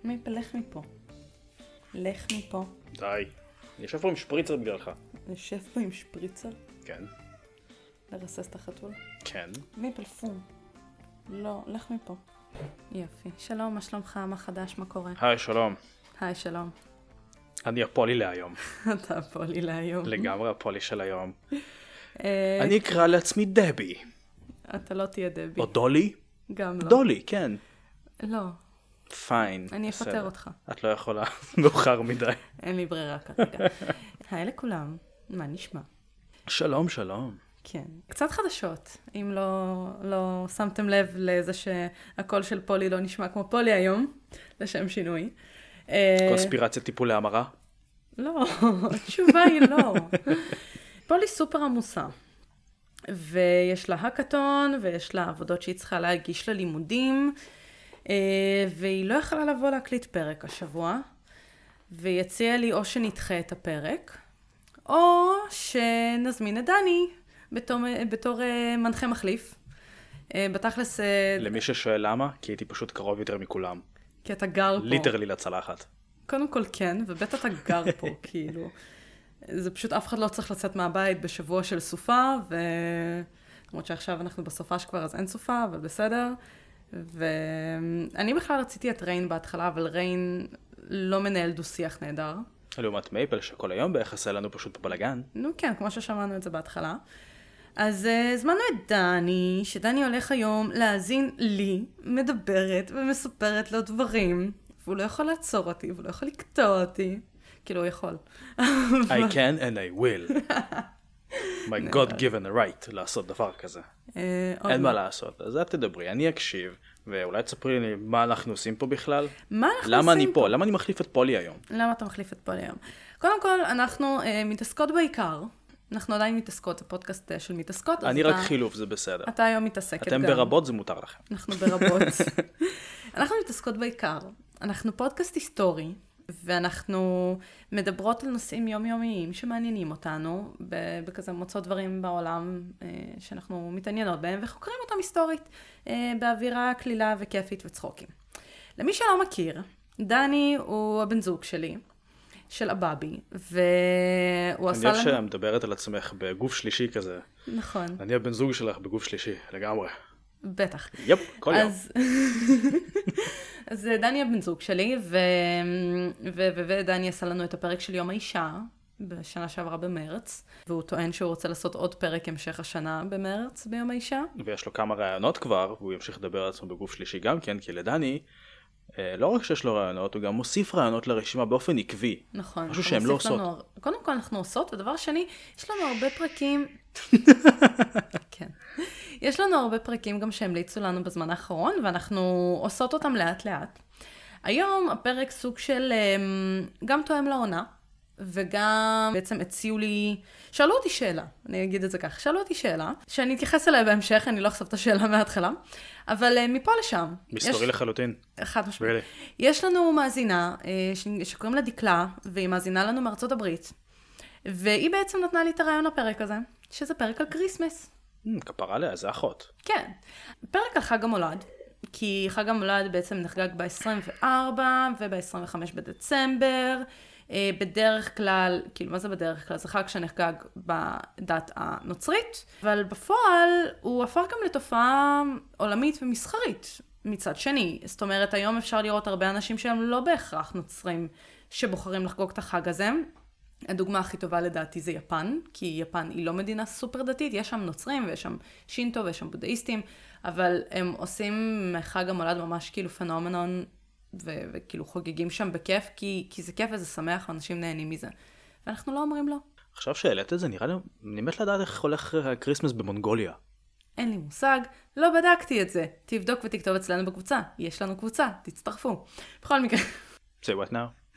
מייפל, לך מפה. לך מפה. די. אני יושב פה עם שפריצר בגללך. יושב פה עם שפריצר? כן. לרסס את החתול? כן. מייפל, פום. לא, לך מפה. יופי. שלום, מה שלומך? מה חדש? מה קורה? היי, שלום. היי, שלום. אני הפולי להיום. אתה הפולי להיום. לגמרי הפולי של היום. אני אקרא לעצמי דבי. אתה לא תהיה דבי. או דולי? גם לא. דולי, כן. לא. פיין. אני אפטר אותך. את לא יכולה. מאוחר מדי. אין לי ברירה כרגע. היי לכולם. מה נשמע? שלום, שלום. כן. קצת חדשות. אם לא שמתם לב לזה שהקול של פולי לא נשמע כמו פולי היום, לשם שינוי. קונספירציה טיפולי המרה? לא, התשובה היא לא. פולי סופר עמוסה. ויש לה הקטון, ויש לה עבודות שהיא צריכה להגיש ללימודים, והיא לא יכלה לבוא להקליט פרק השבוע, והיא הציעה לי או שנדחה את הפרק, או שנזמין את דני בתור מנחה מחליף. בתכלס... למי ששואל למה, כי הייתי פשוט קרוב יותר מכולם. כי אתה גר פה. ליטרלי לצלחת. קודם כל כן, ובטח אתה גר פה, כאילו. זה פשוט אף אחד לא צריך לצאת מהבית בשבוע של סופה, למרות שעכשיו אנחנו בסופה שכבר אז אין סופה, אבל בסדר. ואני בכלל רציתי את ריין בהתחלה, אבל ריין לא מנהל דו-שיח נהדר. לעומת מייפל שכל היום ביחס אלינו פשוט בבלגן. נו כן, כמו ששמענו את זה בהתחלה. אז הזמנו את דני, שדני הולך היום להאזין לי, מדברת ומספרת לו דברים, והוא לא יכול לעצור אותי, והוא לא יכול לקטוע אותי. כאילו הוא יכול. I can and I will. My God given a right לעשות דבר כזה. אין מה לעשות. אז את תדברי, אני אקשיב, ואולי תספרי לי מה אנחנו עושים פה בכלל. מה אנחנו עושים למה אני פה? למה אני מחליף את פולי היום? למה אתה מחליף את פולי היום? קודם כל, אנחנו מתעסקות בעיקר. אנחנו עדיין מתעסקות, זה פודקאסט של מתעסקות. אני רק חילוף, זה בסדר. אתה היום מתעסקת גם. אתם ברבות, זה מותר לכם. אנחנו ברבות. אנחנו מתעסקות בעיקר. אנחנו פודקאסט היסטורי. ואנחנו מדברות על נושאים יומיומיים שמעניינים אותנו, בכזה מוצאות דברים בעולם שאנחנו מתעניינות בהם, וחוקרים אותם היסטורית, באווירה כלילה וכיפית וצחוקים. למי שלא מכיר, דני הוא הבן זוג שלי, של אבאבי, והוא עשה אני אוהב שמדברת על עצמך בגוף שלישי כזה. נכון. אני הבן זוג שלך בגוף שלישי, לגמרי. בטח. יפ, כל יום. אז דני הבן זוג שלי, ודני עשה לנו את הפרק של יום האישה, בשנה שעברה במרץ, והוא טוען שהוא רוצה לעשות עוד פרק המשך השנה במרץ, ביום האישה. ויש לו כמה רעיונות כבר, והוא ימשיך לדבר על עצמו בגוף שלישי גם כן, כי לדני, לא רק שיש לו רעיונות, הוא גם מוסיף רעיונות לרשימה באופן עקבי. נכון. משהו שהם לא עושות. קודם כל אנחנו עושות, ודבר שני, יש לנו הרבה פרקים... כן. יש לנו הרבה פרקים גם שהמליצו לנו בזמן האחרון, ואנחנו עושות אותם לאט לאט. היום הפרק סוג של גם תואם לעונה, וגם בעצם הציעו לי, שאלו אותי שאלה, אני אגיד את זה כך, שאלו אותי שאלה, שאני אתייחס אליה בהמשך, אני לא אחשוף את השאלה מההתחלה, אבל מפה לשם. מסתורי לחלוטין. אחד משמעית. יש לנו מאזינה שקוראים לה דקלה, והיא מאזינה לנו מארצות הברית, והיא בעצם נתנה לי את הרעיון הפרק הזה, שזה פרק על קריסמס. כפרה עליה, זה אחות. כן. פרק על חג המולד, כי חג המולד בעצם נחגג ב-24 וב-25 בדצמבר. בדרך כלל, כאילו מה זה בדרך כלל? זה חג שנחגג בדת הנוצרית, אבל בפועל הוא הפך גם לתופעה עולמית ומסחרית מצד שני. זאת אומרת, היום אפשר לראות הרבה אנשים שהם לא בהכרח נוצרים שבוחרים לחגוג את החג הזה. הדוגמה הכי טובה לדעתי זה יפן, כי יפן היא לא מדינה סופר דתית, יש שם נוצרים ויש שם שינטו ויש שם בודהיסטים, אבל הם עושים חג המולד ממש כאילו פנומנון, וכאילו חוגגים שם בכיף, כי זה כיף וזה שמח ואנשים נהנים מזה. ואנחנו לא אומרים לא. עכשיו שהעלית את זה, נראה לי, אני מת לדעת איך הולך הקריסמס במונגוליה. אין לי מושג, לא בדקתי את זה. תבדוק ותכתוב אצלנו בקבוצה. יש לנו קבוצה, תצטרפו. בכל מקרה. Say what now?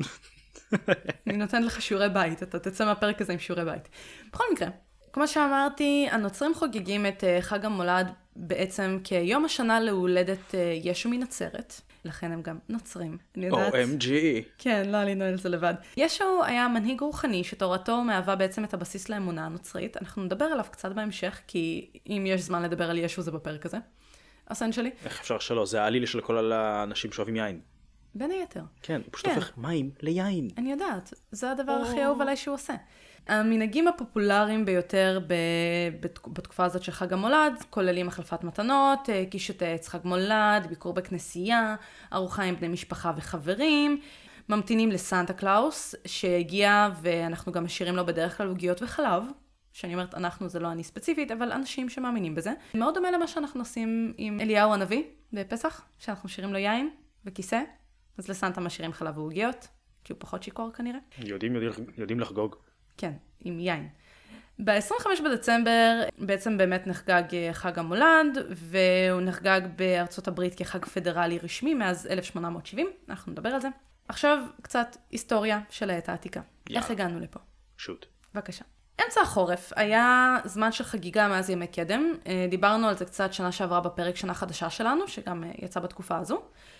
אני נותנת לך שיעורי בית, אתה תצא מהפרק הזה עם שיעורי בית. בכל מקרה, כמו שאמרתי, הנוצרים חוגגים את חג המולד בעצם כיום השנה להולדת ישו מנצרת, לכן הם גם נוצרים. OMG. כן, לא עלינו על זה לבד. ישו היה מנהיג רוחני שתורתו מהווה בעצם את הבסיס לאמונה הנוצרית. אנחנו נדבר עליו קצת בהמשך, כי אם יש זמן לדבר על ישו זה בפרק הזה. הסן שלי. איך אפשר שלא? זה העליל של כל האנשים שאוהבים יין. בין היתר. כן, הוא פשוט הופך מים ליין. אני יודעת, זה הדבר הכי אהוב עליי שהוא עושה. המנהגים הפופולריים ביותר בתקופה הזאת של חג המולד, כוללים החלפת מתנות, קישוט עץ חג מולד, ביקור בכנסייה, ארוחה עם בני משפחה וחברים, ממתינים לסנטה קלאוס, שהגיע ואנחנו גם משאירים לו בדרך כלל עוגיות וחלב, שאני אומרת אנחנו, זה לא אני ספציפית, אבל אנשים שמאמינים בזה. מאוד דומה למה שאנחנו עושים עם אליהו הנביא בפסח, שאנחנו משאירים לו יין וכיסא, אז לסנטה משאירים חלב ועוגיות, כי הוא פחות שיקור כנראה. יודעים לחגוג. כן, עם יין. ב-25 בדצמבר בעצם באמת נחגג חג המולד, והוא נחגג בארצות הברית כחג פדרלי רשמי מאז 1870, אנחנו נדבר על זה. עכשיו קצת היסטוריה של העת העתיקה. איך הגענו לפה? שוט. בבקשה. אמצע החורף היה זמן של חגיגה מאז ימי קדם, דיברנו על זה קצת שנה שעברה בפרק שנה חדשה שלנו, שגם יצא בתקופה הזו.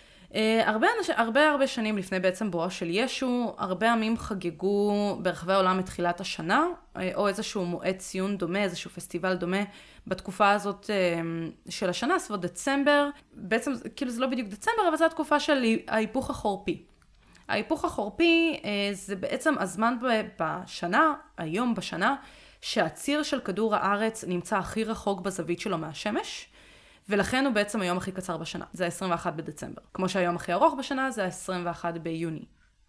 הרבה שנים לפני בעצם בואו של ישו, הרבה עמים חגגו ברחבי העולם את תחילת השנה, או איזשהו מועד ציון דומה, איזשהו פסטיבל דומה בתקופה הזאת של השנה, סביבות דצמבר. בעצם, כאילו זה לא בדיוק דצמבר, אבל זו התקופה של ההיפוך החורפי. ההיפוך החורפי זה בעצם הזמן בשנה, היום בשנה, שהציר של כדור הארץ נמצא הכי רחוק בזווית שלו מהשמש, ולכן הוא בעצם היום הכי קצר בשנה, זה ה-21 בדצמבר. כמו שהיום הכי ארוך בשנה, זה ה-21 ביוני,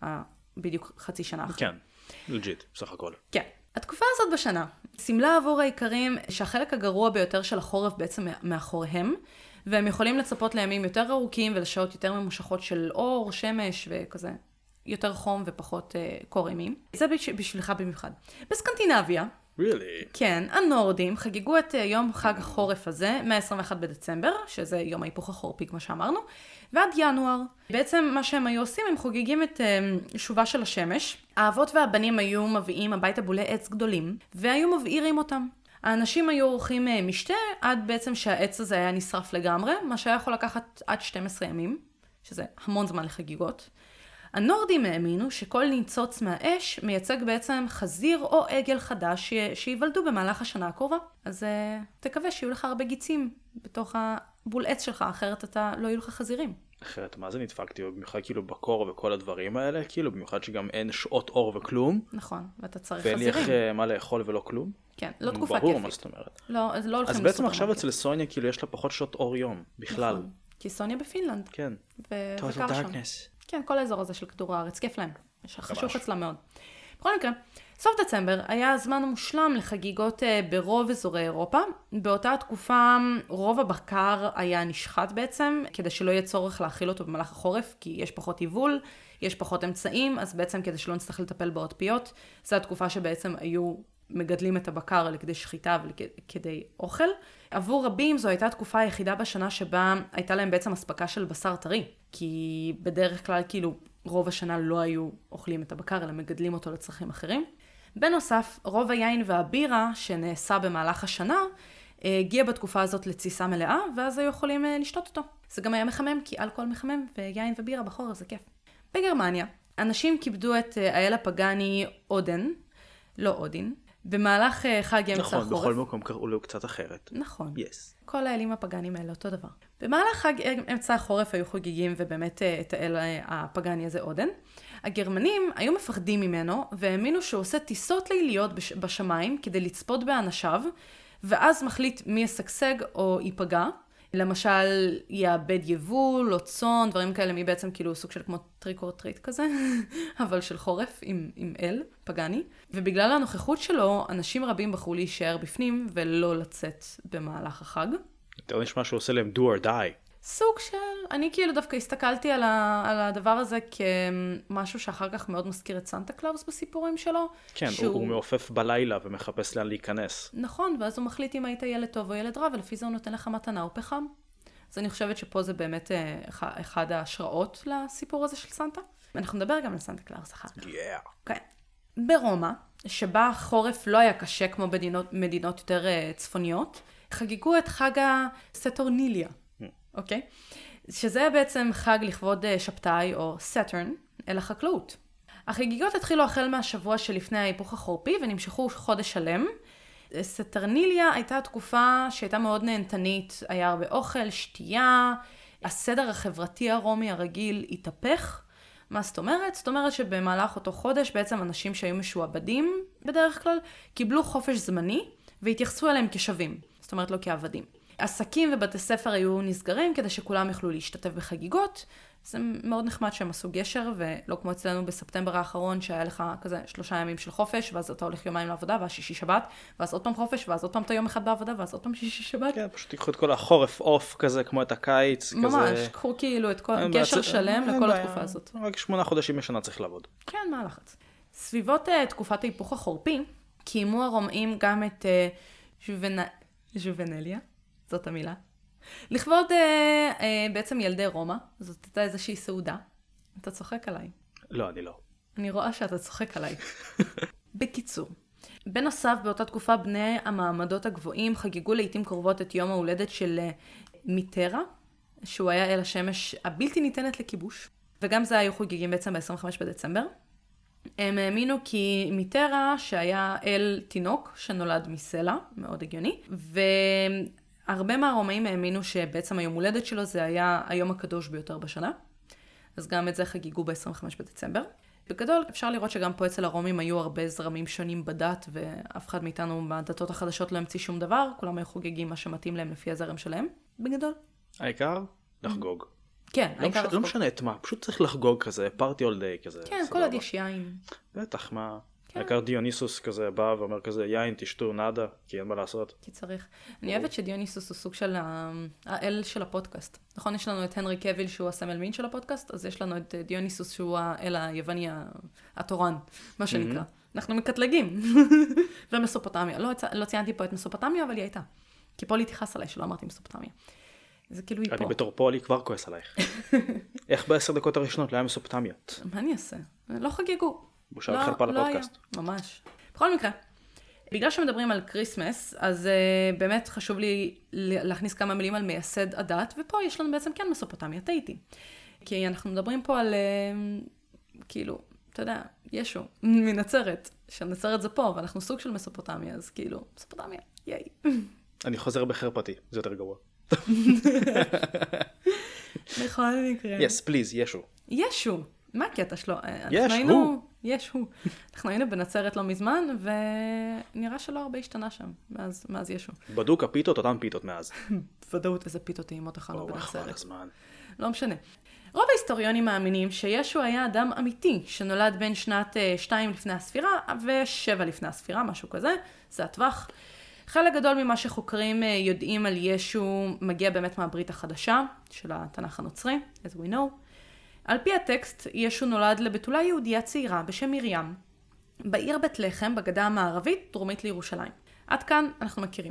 בדיוק חצי שנה אחרי. כן, לג'יט, בסך הכל. כן. התקופה הזאת בשנה, סמלה עבור העיקרים שהחלק הגרוע ביותר של החורף בעצם מאחוריהם, והם יכולים לצפות לימים יותר ארוכים ולשעות יותר ממושכות של אור, שמש וכזה, יותר חום ופחות קור אימים. זה בשבילך במיוחד. בסקנדינביה, Really? כן, הנורדים חגגו את יום חג החורף הזה, מה-21 בדצמבר, שזה יום ההיפוך החורפי כמו שאמרנו, ועד ינואר. בעצם מה שהם היו עושים, הם חוגגים את שובה של השמש. האבות והבנים היו מביאים הביתה בולי עץ גדולים, והיו מבעירים אותם. האנשים היו עורכים משתה עד בעצם שהעץ הזה היה נשרף לגמרי, מה שהיה יכול לקחת עד 12 ימים, שזה המון זמן לחגיגות. הנורדים האמינו שכל ניצוץ מהאש מייצג בעצם חזיר או עגל חדש שיוולדו במהלך השנה הקרובה. אז תקווה שיהיו לך הרבה גיצים בתוך הבול עץ שלך, אחרת לא יהיו לך חזירים. אחרת מה זה נדפקתי? במיוחד כאילו בקור וכל הדברים האלה, כאילו במיוחד שגם אין שעות אור וכלום. נכון, ואתה צריך חזירים. ואין לי איך מה לאכול ולא כלום. כן, לא תקופה כיפית. ברור מה זאת אומרת. לא הולכים אז בעצם עכשיו אצל סוניה כאילו יש לה פחות שעות אור יום, בכלל. נכון, כי סוניה בפינלנד. כן. וקר שם. כן, כל האזור הזה של כדור הארץ, כיף להם. חשוך אצלה מאוד. בכל מקרה, סוף דצמבר היה הזמן המושלם לחגיגות ברוב אזורי אירופה. באותה תקופה רוב הבקר היה נשחט בעצם, כדי שלא יהיה צורך להאכיל אותו במהלך החורף, כי יש פחות עיבול, יש פחות אמצעים, אז בעצם כדי שלא נצטרך לטפל בעוד פיות, זו התקופה שבעצם היו מגדלים את הבקר לכדי שחיטה וכדי אוכל. עבור רבים זו הייתה התקופה היחידה בשנה שבה הייתה להם בעצם הספקה של בשר טרי, כי בדרך כלל כאילו רוב השנה לא היו אוכלים את הבקר, אלא מגדלים אותו לצרכים אחרים. בנוסף, רוב היין והבירה שנעשה במהלך השנה, הגיע בתקופה הזאת לתסיסה מלאה, ואז היו יכולים לשתות אותו. זה גם היה מחמם, כי אלכוהול מחמם, ויין ובירה בחורף זה כיף. בגרמניה, אנשים כיבדו את האל הפגני אודן, לא אודין, במהלך חג אמצע החורף. נכון, בכל מקום קראו לו קצת אחרת. נכון. Yes. כל האלים הפגנים האלה אותו דבר. במהלך חג אמצע החורף היו חוגגים ובאמת את האל הפגני הזה אודן. הגרמנים היו מפחדים ממנו והאמינו שהוא עושה טיסות ליליות בשמיים כדי לצפות באנשיו, ואז מחליט מי ישגשג או ייפגע. למשל, יאבד יבול או צאן, דברים כאלה, מי בעצם כאילו סוג של כמו טריק או טריט כזה, אבל של חורף עם אל, פגני. ובגלל הנוכחות שלו, אנשים רבים בחרו להישאר בפנים ולא לצאת במהלך החג. יותר נשמע שהוא עושה להם do or die. סוג של, אני כאילו דווקא הסתכלתי על הדבר הזה כמשהו שאחר כך מאוד מזכיר את סנטה קלאוס בסיפורים שלו. כן, הוא מעופף בלילה ומחפש לאן להיכנס. נכון, ואז הוא מחליט אם היית ילד טוב או ילד רע, ולפי זה הוא נותן לך מתנה או פחם. אז אני חושבת שפה זה באמת אחד ההשראות לסיפור הזה של סנטה. אנחנו נדבר גם על סנטה קלאוס אחר כך. כן. ברומא, שבה החורף לא היה קשה כמו מדינות יותר צפוניות, חגגו את חג הסטורניליה. אוקיי? שזה בעצם חג לכבוד שבתאי או סטרן אל החקלאות. החגיגות התחילו החל מהשבוע שלפני ההיפוך החורפי ונמשכו חודש שלם. סטרניליה הייתה תקופה שהייתה מאוד נהנתנית, היה הרבה אוכל, שתייה, הסדר החברתי הרומי הרגיל התהפך. מה זאת אומרת? זאת אומרת שבמהלך אותו חודש בעצם אנשים שהיו משועבדים בדרך כלל, קיבלו חופש זמני והתייחסו אליהם כשווים. זאת אומרת לא כעבדים. עסקים ובתי ספר היו נסגרים כדי שכולם יוכלו להשתתף בחגיגות. זה מאוד נחמד שהם עשו גשר, ולא כמו אצלנו בספטמבר האחרון, שהיה לך כזה 3 ימים של חופש, ואז אתה הולך יומיים לעבודה, ואז שישי שבת, ואז עוד פעם חופש, ואז עוד פעם אתה יום אחד בעבודה, ואז עוד פעם שישי שבת. כן, פשוט תיקחו את כל החורף אוף כזה, כמו את הקיץ. ממש, קחו כאילו את כל גשר שלם לכל התקופה הזאת. רק 8 חודשים בשנה צריך לעבוד. כן, מה הלחץ? סביבות תקופת ההיפוך החורפי, קיימו הרומאים גם את ז'ובנליה, זאת המילה. לכבוד בעצם ילדי רומא, זאת הייתה איזושהי סעודה. אתה צוחק עליי. לא, אני לא. אני רואה שאתה צוחק עליי. בקיצור, בנוסף, באותה תקופה בני המעמדות הגבוהים חגגו לעתים קרובות את יום ההולדת של מיטרה, שהוא היה אל השמש הבלתי ניתנת לכיבוש, וגם זה היו חוגגים בעצם ב-25 בדצמבר. הם האמינו כי מיטרה, שהיה אל תינוק שנולד מסלע, מאוד הגיוני, הרבה מהרומאים האמינו שבעצם היום הולדת שלו זה היה היום הקדוש ביותר בשנה. אז גם את זה חגיגו ב-25 בדצמבר. בגדול אפשר לראות שגם פה אצל הרומים היו הרבה זרמים שונים בדת, ואף אחד מאיתנו בדתות החדשות לא המציא שום דבר, כולם היו חוגגים מה שמתאים להם לפי הזרם שלהם, בגדול. העיקר לחגוג. כן, העיקר לחגוג. לא משנה את מה, פשוט צריך לחגוג כזה, פארטי אול דיי כזה. כן, כל עוד יש יין. בטח, מה... העיקר דיוניסוס כזה בא ואומר כזה, יין, תשתו, נדה, כי אין מה לעשות. כי צריך. אני אוהבת שדיוניסוס הוא סוג של האל של הפודקאסט. נכון, יש לנו את הנרי קוויל שהוא הסמל מין של הפודקאסט, אז יש לנו את דיוניסוס שהוא האל היווני התורן, מה שנקרא. אנחנו מקטלגים. ומסופוטמיה. לא ציינתי פה את מסופוטמיה, אבל היא הייתה. כי פולי תיחס עליי שלא אמרתי מסופוטמיה. זה כאילו היא פה. אני בתור פולי כבר כועס עלייך. איך ב10 דקות הראשונות לא היה מסופוטמיה? מה אני אעשה? לא חגגו. בושה וחרפה לפודקאסט. ממש. בכל מקרה, בגלל שמדברים על קריסמס, אז באמת חשוב לי להכניס כמה מילים על מייסד הדת, ופה יש לנו בעצם כן מסופוטמיה, טעיתי. כי אנחנו מדברים פה על, כאילו, אתה יודע, ישו, מנצרת, שנצרת זה פה, ואנחנו סוג של מסופוטמיה, אז כאילו, מסופוטמיה, ייי. אני חוזר בחרפתי, זה יותר גרוע. בכל מקרה. Yes, please, ישו. ישו. מה הקטע שלו? ישו. אנחנו היינו בנצרת לא מזמן, ונראה שלא הרבה השתנה שם, מאז ישו. בדוק הפיתות, אותן פיתות מאז. ודאות איזה פיתות טעימות אכלנו בנצרת. הזמן. לא משנה. רוב ההיסטוריונים מאמינים שישו היה אדם אמיתי, שנולד בין שנת 2 לפני הספירה ו7 לפני הספירה, משהו כזה, זה הטווח. חלק גדול ממה שחוקרים יודעים על ישו מגיע באמת מהברית החדשה של התנ"ך הנוצרי, as we know. על פי הטקסט, ישו נולד לבתולה יהודיה צעירה בשם מרים, בעיר בית לחם בגדה המערבית, דרומית לירושלים. עד כאן אנחנו מכירים.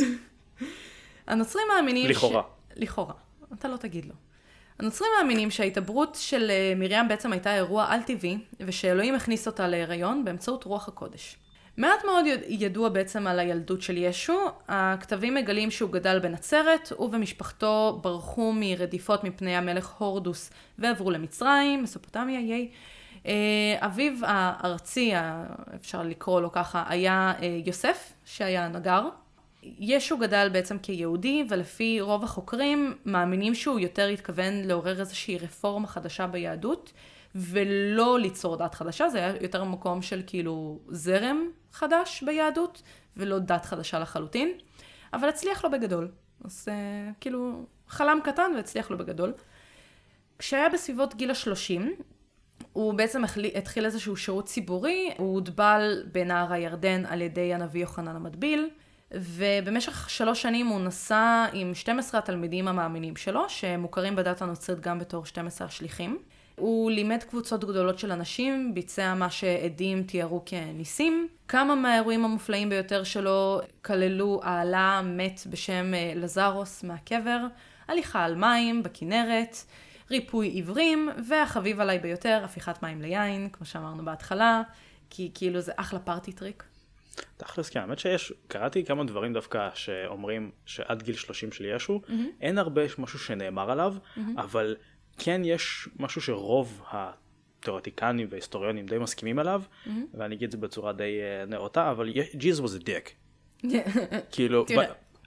הנוצרים מאמינים לכאורה. אתה לא תגיד לו. הנוצרים מאמינים שההתעברות של מרים בעצם הייתה אירוע על-טבעי, ושאלוהים הכניס אותה להיריון באמצעות רוח הקודש. מעט מאוד ידוע בעצם על הילדות של ישו. הכתבים מגלים שהוא גדל בנצרת, הוא ומשפחתו ברחו מרדיפות מפני המלך הורדוס ועברו למצרים, מסופוטמיה, ייי. אביו הארצי, אפשר לקרוא לו ככה, היה יוסף, שהיה נגר. ישו גדל בעצם כיהודי, ולפי רוב החוקרים מאמינים שהוא יותר התכוון לעורר איזושהי רפורמה חדשה ביהדות, ולא ליצור דת חדשה, זה היה יותר מקום של כאילו זרם חדש ביהדות, ולא דת חדשה לחלוטין, אבל הצליח לו בגדול. אז כאילו חלם קטן והצליח לו בגדול. כשהיה בסביבות גיל ה-30, הוא בעצם התחיל איזשהו שירות ציבורי, הוא הוטבל בנהר הירדן על ידי הנביא יוחנן המטביל, ובמשך 3 שנים הוא נסע עם 12 התלמידים המאמינים שלו, שמוכרים בדת הנוצרית גם בתור 12 השליחים. הוא לימד קבוצות גדולות של אנשים, ביצע מה שעדים תיארו כניסים. כמה מהאירועים המופלאים ביותר שלו כללו העלה מת בשם לזרוס מהקבר, הליכה על מים בכנרת, ריפוי עיוורים, והחביב עליי ביותר, הפיכת מים ליין, כמו שאמרנו בהתחלה, כי כאילו זה אחלה פארטי טריק. תכלס, כן, האמת קראתי כמה דברים דווקא שאומרים שעד גיל 30 של ישו, אין הרבה משהו שנאמר עליו, אבל כן יש משהו שרוב התיאורטיקנים וההיסטוריונים די מסכימים עליו, ואני אגיד את זה בצורה די נאותה, אבל Jesus was a dick. כאילו,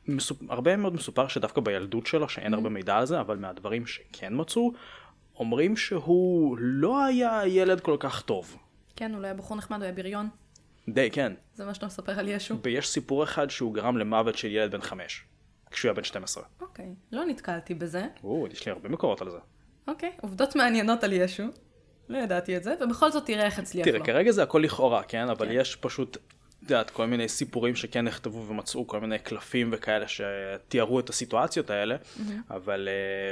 הרבה מאוד מסופר שדווקא בילדות שלו, שאין הרבה מידע על זה, אבל מהדברים שכן מצאו, אומרים שהוא לא היה ילד כל כך טוב. כן, הוא לא היה בחור נחמד, הוא היה בריון. די, כן. זה מה שאתה מספר על ישו. ויש סיפור אחד שהוא גרם למוות של ילד בן 5, כשהוא היה בן 12. אוקיי, לא נתקלתי בזה. יש לי הרבה מקורות על זה. אוקיי, עובדות מעניינות על ישו. לא ידעתי את זה, ובכל זאת תראה איך הצליח לו. תראה, כרגע זה הכל לכאורה, כן? אבל יש פשוט, יודעת, כל מיני סיפורים שכן נכתבו ומצאו כל מיני קלפים וכאלה שתיארו את הסיטואציות האלה, אבל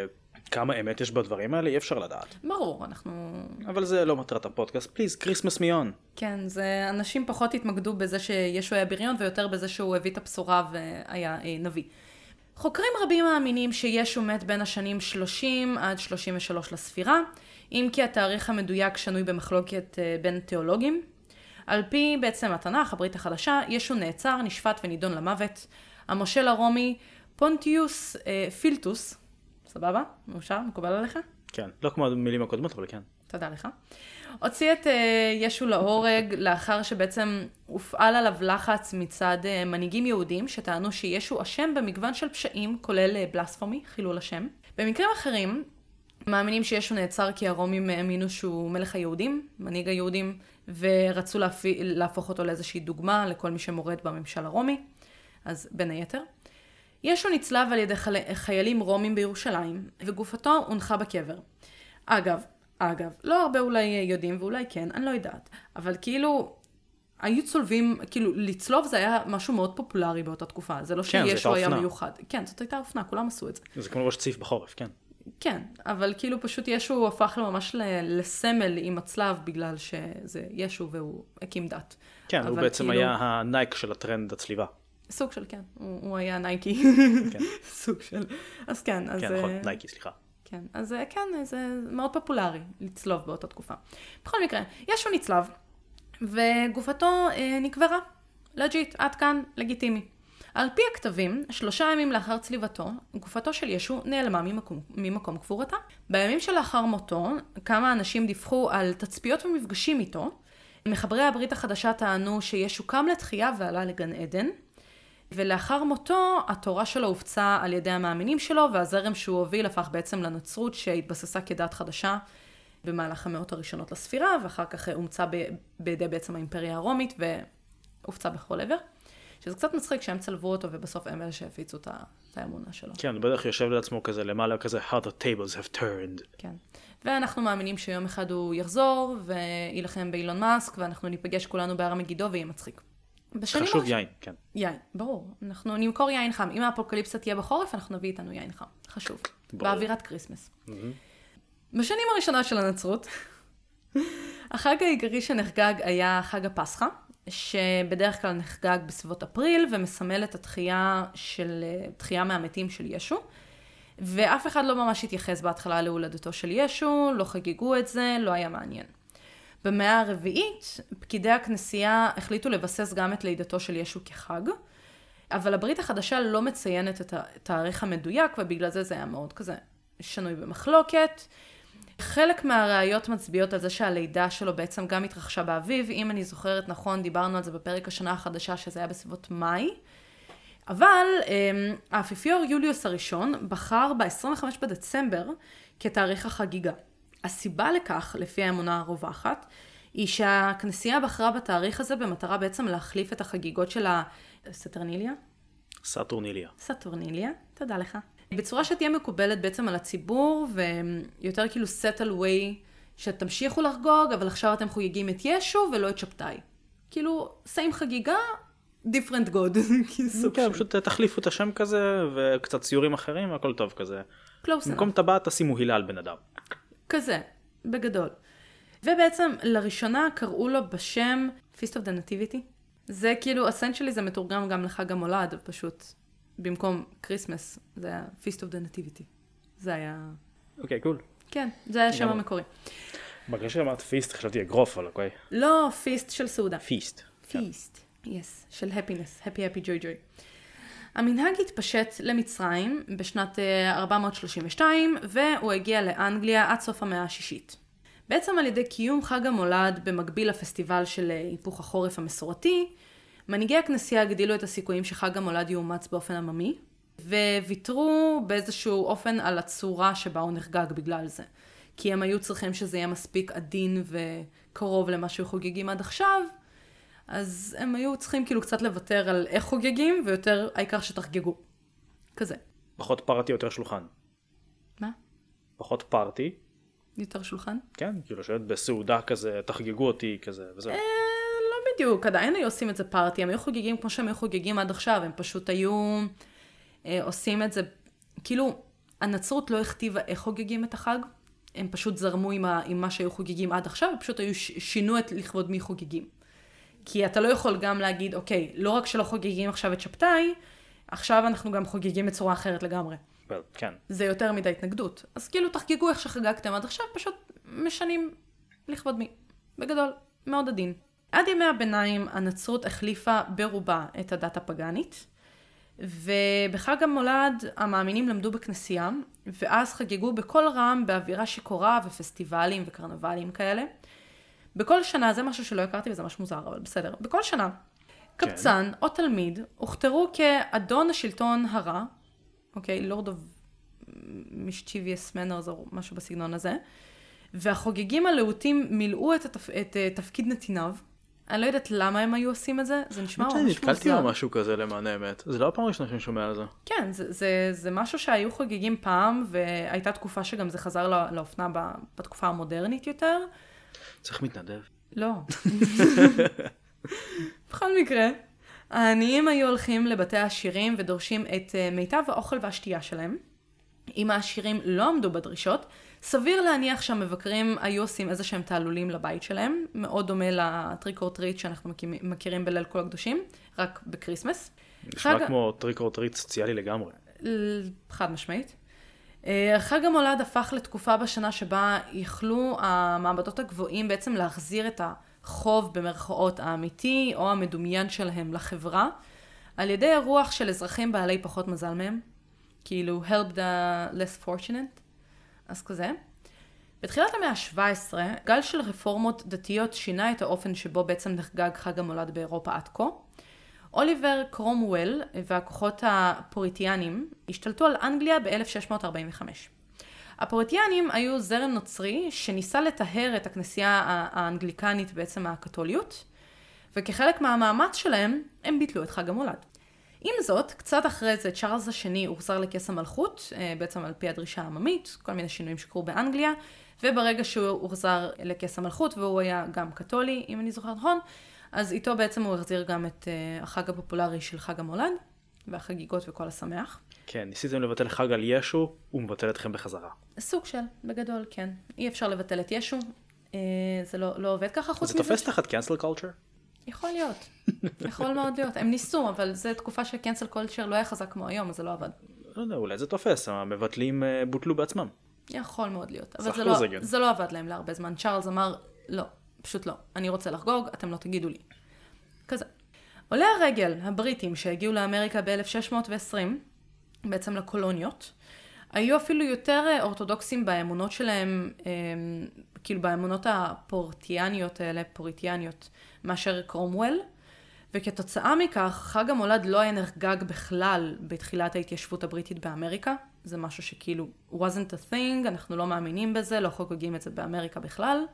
כמה אמת יש בדברים האלה אי אפשר לדעת. ברור, אנחנו... אבל זה לא מטרת הפודקאסט. פליז, כריסמס מיון. כן, זה אנשים פחות התמקדו בזה שישו היה בריון, ויותר בזה שהוא הביא את הבשורה והיה נביא. חוקרים רבים מאמינים שישו מת בין השנים 30 עד 33 לספירה, אם כי התאריך המדויק שנוי במחלוקת בין תיאולוגים. על פי בעצם התנ"ך, הברית החדשה, ישו נעצר, נשפט ונידון למוות. המושל הרומי פונטיוס פילטוס, סבבה? מאושר? מקובל עליך? כן, לא כמו המילים הקודמות, אבל כן. תודה לך. הוציא את ישו להורג לאחר שבעצם הופעל עליו לחץ מצד מנהיגים יהודים שטענו שישו אשם במגוון של פשעים, כולל בלספומי, חילול השם. במקרים אחרים, מאמינים שישו נעצר כי הרומים האמינו שהוא מלך היהודים, מנהיג היהודים, ורצו להפוך אותו לאיזושהי דוגמה לכל מי שמורד בממשל הרומי, אז בין היתר. ישו נצלב על ידי חיילים רומים בירושלים, וגופתו הונחה בקבר. אגב, לא הרבה אולי יודעים ואולי כן, אני לא יודעת, אבל כאילו, היו צולבים, כאילו לצלוב זה היה משהו מאוד פופולרי באותה תקופה, זה לא שישו היה מיוחד. כן, זאת הייתה אופנה, כולם עשו את זה. זה כמו ראש ציף בחורף, כן. כן, אבל כאילו פשוט ישו הפך לו ממש לסמל עם הצלב, בגלל שזה ישו והוא הקים דת. כן, הוא בעצם היה הנייק של הטרנד הצליבה. סוג של, כן, הוא היה נייקי. סוג של, אז כן. כן, נכון, נייקי, סליחה. כן, אז כן, זה מאוד פופולרי לצלוב באותה תקופה. בכל מקרה, ישו נצלב, וגופתו נקברה. לג'יט, עד כאן, לגיטימי. על פי הכתבים, 3 ימים לאחר צליבתו, גופתו של ישו נעלמה ממקום קבורתה. בימים שלאחר מותו, כמה אנשים דיווחו על תצפיות ומפגשים איתו. מחברי הברית החדשה טענו שישו קם לתחייה ועלה לגן עדן. ולאחר מותו, התורה שלו הופצה על ידי המאמינים שלו, והזרם שהוא הוביל הפך בעצם לנצרות שהתבססה כדת חדשה במהלך המאות הראשונות לספירה, ואחר כך אומצה בידי בעצם האימפריה הרומית, והופצה בכל עבר. שזה קצת מצחיק שהם צלבו אותו, ובסוף הם אלה שהפיצו את האמונה שלו. כן, בטח יושב לעצמו כזה למעלה, כזה how the tables have turned. כן. ואנחנו מאמינים שיום אחד הוא יחזור, וילחם באילון מאסק, ואנחנו ניפגש כולנו בהר מגידו, ויהיה מצחיק. חשוב יין, כן. יין, ברור. אנחנו נמכור יין חם. אם האפוקליפסה תהיה בחורף, אנחנו נביא איתנו יין חם. חשוב. באווירת קריסמס. בשנים הראשונות של הנצרות, החג העיקרי שנחגג היה חג הפסחא, שבדרך כלל נחגג בסביבות אפריל, ומסמל את תחייה מהמתים של ישו. ואף אחד לא ממש התייחס בהתחלה להולדתו של ישו, לא חגגו את זה, לא היה מעניין. במאה הרביעית, פקידי הכנסייה החליטו לבסס גם את לידתו של ישו כחג, אבל הברית החדשה לא מציינת את התאריך המדויק, ובגלל זה היה מאוד כזה שנוי במחלוקת. חלק מהראיות מצביעות על זה שהלידה שלו בעצם גם התרחשה באביב, אם אני זוכרת נכון, דיברנו על זה בפרק השנה החדשה, שזה היה בסביבות מאי, אבל האפיפיור יוליוס הראשון בחר ב-25 בדצמבר כתאריך החגיגה. הסיבה לכך, לפי האמונה הרווחת, היא שהכנסייה בחרה בתאריך הזה במטרה בעצם להחליף את החגיגות של הסטרניליה? סטורניליה, תודה לך. בצורה שתהיה מקובלת בעצם על הציבור, ויותר כאילו settle way שתמשיכו לחגוג, אבל עכשיו אתם חוגגים את ישו ולא את שבתאי. כאילו, same חגיגה, different God. כן, פשוט תחליפו את השם כזה, וקצת ציורים אחרים, הכל טוב כזה. במקום טבעת תשימו הילה על בן אדם. כזה, בגדול. ובעצם לראשונה קראו לו בשם Feast of the Nativity. זה כאילו, essentially זה מתורגם גם לחג המולד, פשוט במקום קריסמס, זה היה Feast of the Nativity. זה היה... אוקיי, קול. כן, זה היה השם המקורי. בגלל שאמרת פיסט, חשבתי אגרוף, אבל אוקיי. לא, פיסט של סעודה. פיסט. פיסט, yes, של happiness, happy joy joy. המנהג התפשט למצרים בשנת 432, והוא הגיע לאנגליה עד סוף המאה השישית. בעצם על ידי קיום חג המולד במקביל לפסטיבל של היפוך החורף המסורתי, מנהיגי הכנסייה הגדילו את הסיכויים שחג המולד יאומץ באופן עממי, וויתרו באיזשהו אופן על הצורה שבה הוא נחגג בגלל זה. כי הם היו צריכים שזה יהיה מספיק עדין וקרוב למה שחוגגים עד עכשיו, אז הם היו צריכים כאילו קצת לוותר על איך חוגגים, ויותר העיקר שתחגגו. כזה. פחות פארטי, יותר שולחן. מה? פחות פארטי. יותר שולחן? כן, כאילו שאת בסעודה כזה, תחגגו אותי כזה, וזהו. לא בדיוק, עדיין היו עושים את זה פארטי, הם היו חוגגים כמו שהם היו חוגגים עד עכשיו, הם פשוט היו עושים את זה, כאילו, הנצרות לא הכתיבה איך חוגגים את החג, הם פשוט זרמו עם מה שהיו חוגגים עד עכשיו, פשוט היו שינו את לכבוד מי חוגגים. כי אתה לא יכול גם להגיד, אוקיי, לא רק שלא חוגגים עכשיו את שבתאי, עכשיו אנחנו גם חוגגים בצורה אחרת לגמרי. כן. זה יותר מדי התנגדות. אז כאילו תחגגו איך שחגגתם עד עכשיו, פשוט משנים לכבוד מי. בגדול, מאוד עדין. עד ימי הביניים הנצרות החליפה ברובה את הדת הפגנית, ובחג המולד המאמינים למדו בכנסייה, ואז חגגו בכל רם באווירה שיכורה ופסטיבלים וקרנבלים כאלה. בכל שנה, זה משהו שלא הכרתי וזה ממש מוזר, אבל בסדר. בכל שנה, קבצן או תלמיד הוכתרו כאדון השלטון הרע, אוקיי, Lord of Mischievous Manners או משהו בסגנון הזה, והחוגגים הלהוטים מילאו את תפקיד נתיניו. אני לא יודעת למה הם היו עושים את זה, זה נשמע ממש מוזר. נתקלתי על משהו כזה למען האמת, זה לא הפעם ראשונה שאני שומע על זה. כן, זה משהו שהיו חוגגים פעם, והייתה תקופה שגם זה חזר לאופנה בתקופה המודרנית יותר. צריך מתנדב. לא. בכל מקרה, העניים היו הולכים לבתי העשירים ודורשים את מיטב האוכל והשתייה שלהם. אם העשירים לא עמדו בדרישות, סביר להניח שהמבקרים היו עושים איזה שהם תעלולים לבית שלהם, מאוד דומה לטריק אור טריט שאנחנו מכירים בליל כל הקדושים, רק בקריסמס. נשמע כמו טריק אור טריט סוציאלי לגמרי. חד משמעית. חג המולד הפך לתקופה בשנה שבה יכלו המעמדות הגבוהים בעצם להחזיר את החוב במרכאות האמיתי או המדומיין שלהם לחברה, על ידי הרוח של אזרחים בעלי פחות מזל מהם, כאילו help the less fortunate, אז כזה. בתחילת המאה ה-17, גל של רפורמות דתיות שינה את האופן שבו בעצם נחגג חג המולד באירופה עד כה. אוליבר קרומוול והכוחות הפוריטיאנים השתלטו על אנגליה ב-1645. הפוריטיאנים היו זרם נוצרי שניסה לטהר את הכנסייה האנגליקנית בעצם מהקתוליות, וכחלק מהמאמץ שלהם הם ביטלו את חג המולד. עם זאת, קצת אחרי זה צ'ארלס השני הוחזר לכס המלכות, בעצם על פי הדרישה העממית, כל מיני שינויים שקרו באנגליה, וברגע שהוא הוחזר לכס המלכות והוא היה גם קתולי, אם אני זוכרת נכון, אז איתו בעצם הוא החזיר גם את החג הפופולרי של חג המולד, והחגיגות וכל השמח. כן, ניסיתם לבטל חג על ישו, הוא מבטל אתכם בחזרה. סוג של, בגדול, כן. אי אפשר לבטל את ישו, זה לא עובד ככה חוץ מזה. זה תופס תחת cancel culture? יכול להיות, יכול מאוד להיות. הם ניסו, אבל זו תקופה של cancel culture לא היה חזק כמו היום, אז זה לא עבד. לא יודע, אולי זה תופס, המבטלים בוטלו בעצמם. יכול מאוד להיות, אבל זה לא עבד להם להרבה זמן. צ'ארלס אמר, לא, פשוט לא. אני רוצה לחגוג, אתם לא תגידו לי. כזה. עולי הרגל הבריטים שהגיעו לאמריקה ב-1620, בעצם לקולוניות, היו אפילו יותר אורתודוקסים באמונות שלהם, כאילו באמונות הפוריטיאניות האלה, פוריטיאניות, מאשר קרומוול, וכתוצאה מכך, חג המולד לא היה נחגג בכלל בתחילת ההתיישבות הבריטית באמריקה. זה משהו שכאילו wasn't a thing, אנחנו לא מאמינים בזה, לא חוגגים את זה באמריקה בכלל.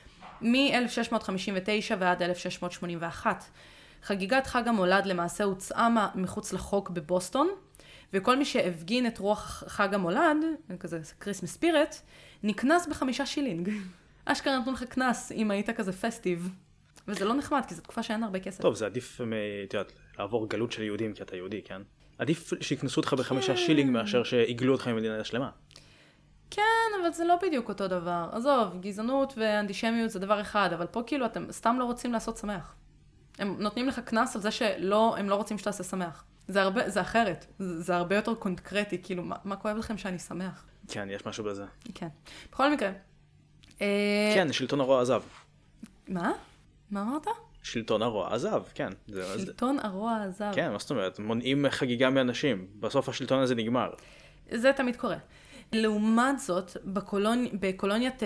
מ-1659 ועד 1681, חגיגת חג המולד למעשה הוצאה מחוץ לחוק בבוסטון, וכל מי שהפגין את רוח חג המולד, כזה קריסמס ספירט, נקנס ב5 שילינג. אשכרה נתנו לך קנס אם היית כזה פסטיב. וזה לא נחמד, כי זו תקופה שאין הרבה כסף. טוב, זה עדיף לעבור גלות של יהודים, כי אתה יהודי, כן? עדיף שיקנסו אותך ב5 שילינג מאשר שיגלו אותך ממדינה שלמה. כן, אבל זה לא בדיוק אותו דבר. עזוב, גזענות ואנטישמיות זה דבר אחד, אבל פה כאילו אתם סתם לא רוצים לעשות שמח. הם נותנים לך קנס על זה שהם לא רוצים שתעשה שמח. זה אחרת. זה הרבה יותר קונקרטי, כאילו, מה כואב לכם שאני שמח? כן, יש משהו בזה. כן. בכל מקרה. כן, שלטון הרוע עזב. מה? מה אמרת? שלטון הרוע עזב, כן. שלטון הרוע עזב. כן, מה זאת אומרת? מונעים חגיגה מאנשים. בסוף השלטון הזה נגמר. זה תמיד קורה. לעומת זאת, בקולוניית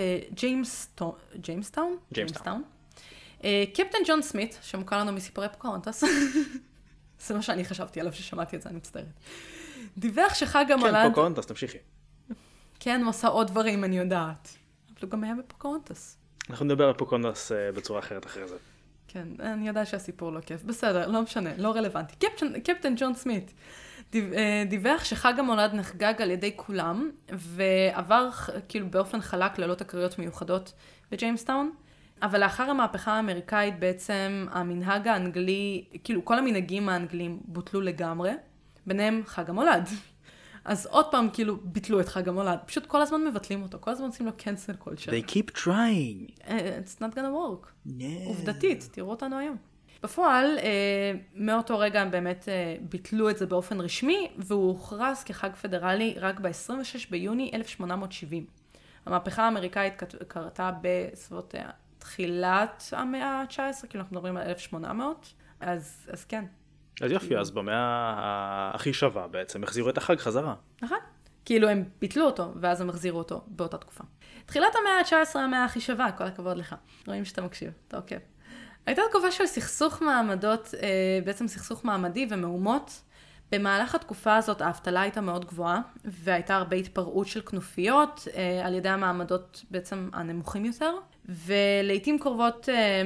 ג'יימסטאון, קפטן ג'ון סמית, שמוכר לנו מסיפורי פוקהונטס, זה מה שאני חשבתי עליו ששמעתי את זה, אני מצטערת. דיווח שחג המולד... כן, פוקהונטס, תמשיכי. כן, הוא עשה עוד דברים, אני יודעת. אבל הוא גם היה בפוקהונטס. אנחנו נדבר על פוקהונטס בצורה אחרת אחרי זה. כן, אני יודעת שהסיפור לא כיף. בסדר, לא משנה, לא רלוונטי. קפטן ג'ון סמית דיווח שחג המולד נחגג על ידי כולם, ועבר כאילו באופן חלק ללא תקריות מיוחדות בג'יימסטאון. אבל לאחר המהפכה האמריקאית בעצם המנהג האנגלי, כאילו כל המנהגים האנגלים בוטלו לגמרי, ביניהם חג המולד. אז עוד פעם כאילו ביטלו את חג המולד, פשוט כל הזמן מבטלים אותו, כל הזמן עושים לו cancel culture. They keep trying. It's not gonna work. No. עובדתית, תראו אותנו היום. בפועל, מאותו רגע הם באמת ביטלו את זה באופן רשמי, והוא הוכרז כחג פדרלי רק ב-26 ביוני 1870. המהפכה האמריקאית קרתה בסביבות תחילת המאה ה-19, כאילו אנחנו מדברים על 1800, אז כן. אז יופי, אז במאה הכי שווה בעצם החזירו את החג חזרה. נכון. כאילו הם ביטלו אותו, ואז הם החזירו אותו באותה תקופה. תחילת המאה ה-19, המאה הכי שווה, כל הכבוד לך. רואים שאתה מקשיב, אתה עוקב. הייתה תקופה של סכסוך מעמדות, בעצם סכסוך מעמדי ומהומות. במהלך התקופה הזאת האבטלה הייתה מאוד גבוהה, והייתה הרבה התפרעות של כנופיות על ידי המעמדות בעצם הנמוכים יותר. ולעיתים קרובות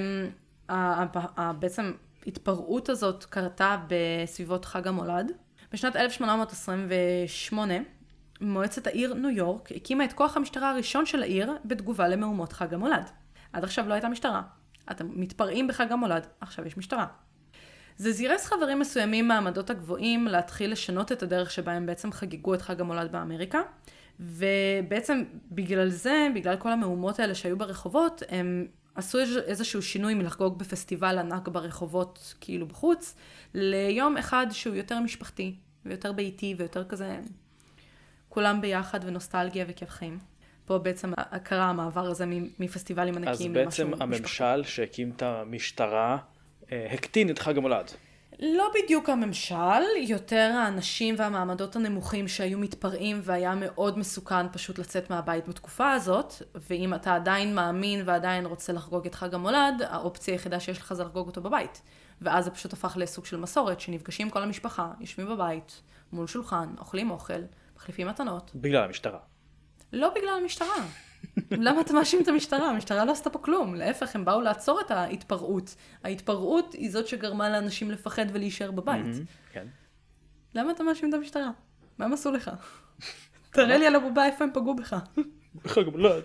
בעצם התפרעות הזאת קרתה בסביבות חג המולד. בשנת 1828, מועצת העיר ניו יורק הקימה את כוח המשטרה הראשון של העיר בתגובה למהומות חג המולד. עד עכשיו לא הייתה משטרה. אתם מתפרעים בחג המולד, עכשיו יש משטרה. זה זירס חברים מסוימים מהעמדות הגבוהים להתחיל לשנות את הדרך שבה הם בעצם חגגו את חג המולד באמריקה, ובעצם בגלל זה, בגלל כל המהומות האלה שהיו ברחובות, הם עשו איזשהו שינוי מלחגוג בפסטיבל ענק ברחובות, כאילו בחוץ, ליום אחד שהוא יותר משפחתי, ויותר ביתי, ויותר כזה, כולם ביחד ונוסטלגיה וכיף חיים. פה בעצם קרה המעבר הזה מפסטיבלים ענקיים למשהו משפחתי. אז בעצם הממשל שהקים את המשטרה הקטין את חג המולד. לא בדיוק הממשל, יותר האנשים והמעמדות הנמוכים שהיו מתפרעים והיה מאוד מסוכן פשוט לצאת מהבית בתקופה הזאת, ואם אתה עדיין מאמין ועדיין רוצה לחגוג את חג המולד, האופציה היחידה שיש לך זה לחגוג אותו בבית. ואז זה פשוט הפך לסוג של מסורת, שנפגשים כל המשפחה, יושבים בבית, מול שולחן, אוכלים אוכל, מחליפים מתנות. בגלל המשטרה. לא בגלל המשטרה. למה אתה מאשים את המשטרה? המשטרה לא עשתה פה כלום. להפך, הם באו לעצור את ההתפרעות. ההתפרעות היא זאת שגרמה לאנשים לפחד ולהישאר בבית. כן. למה אתה מאשים את המשטרה? מה הם עשו לך? תראה לי על הבובה איפה הם פגעו בך. בחג המולד.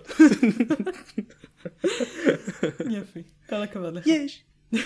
יפי, כל הכבוד לך. יש.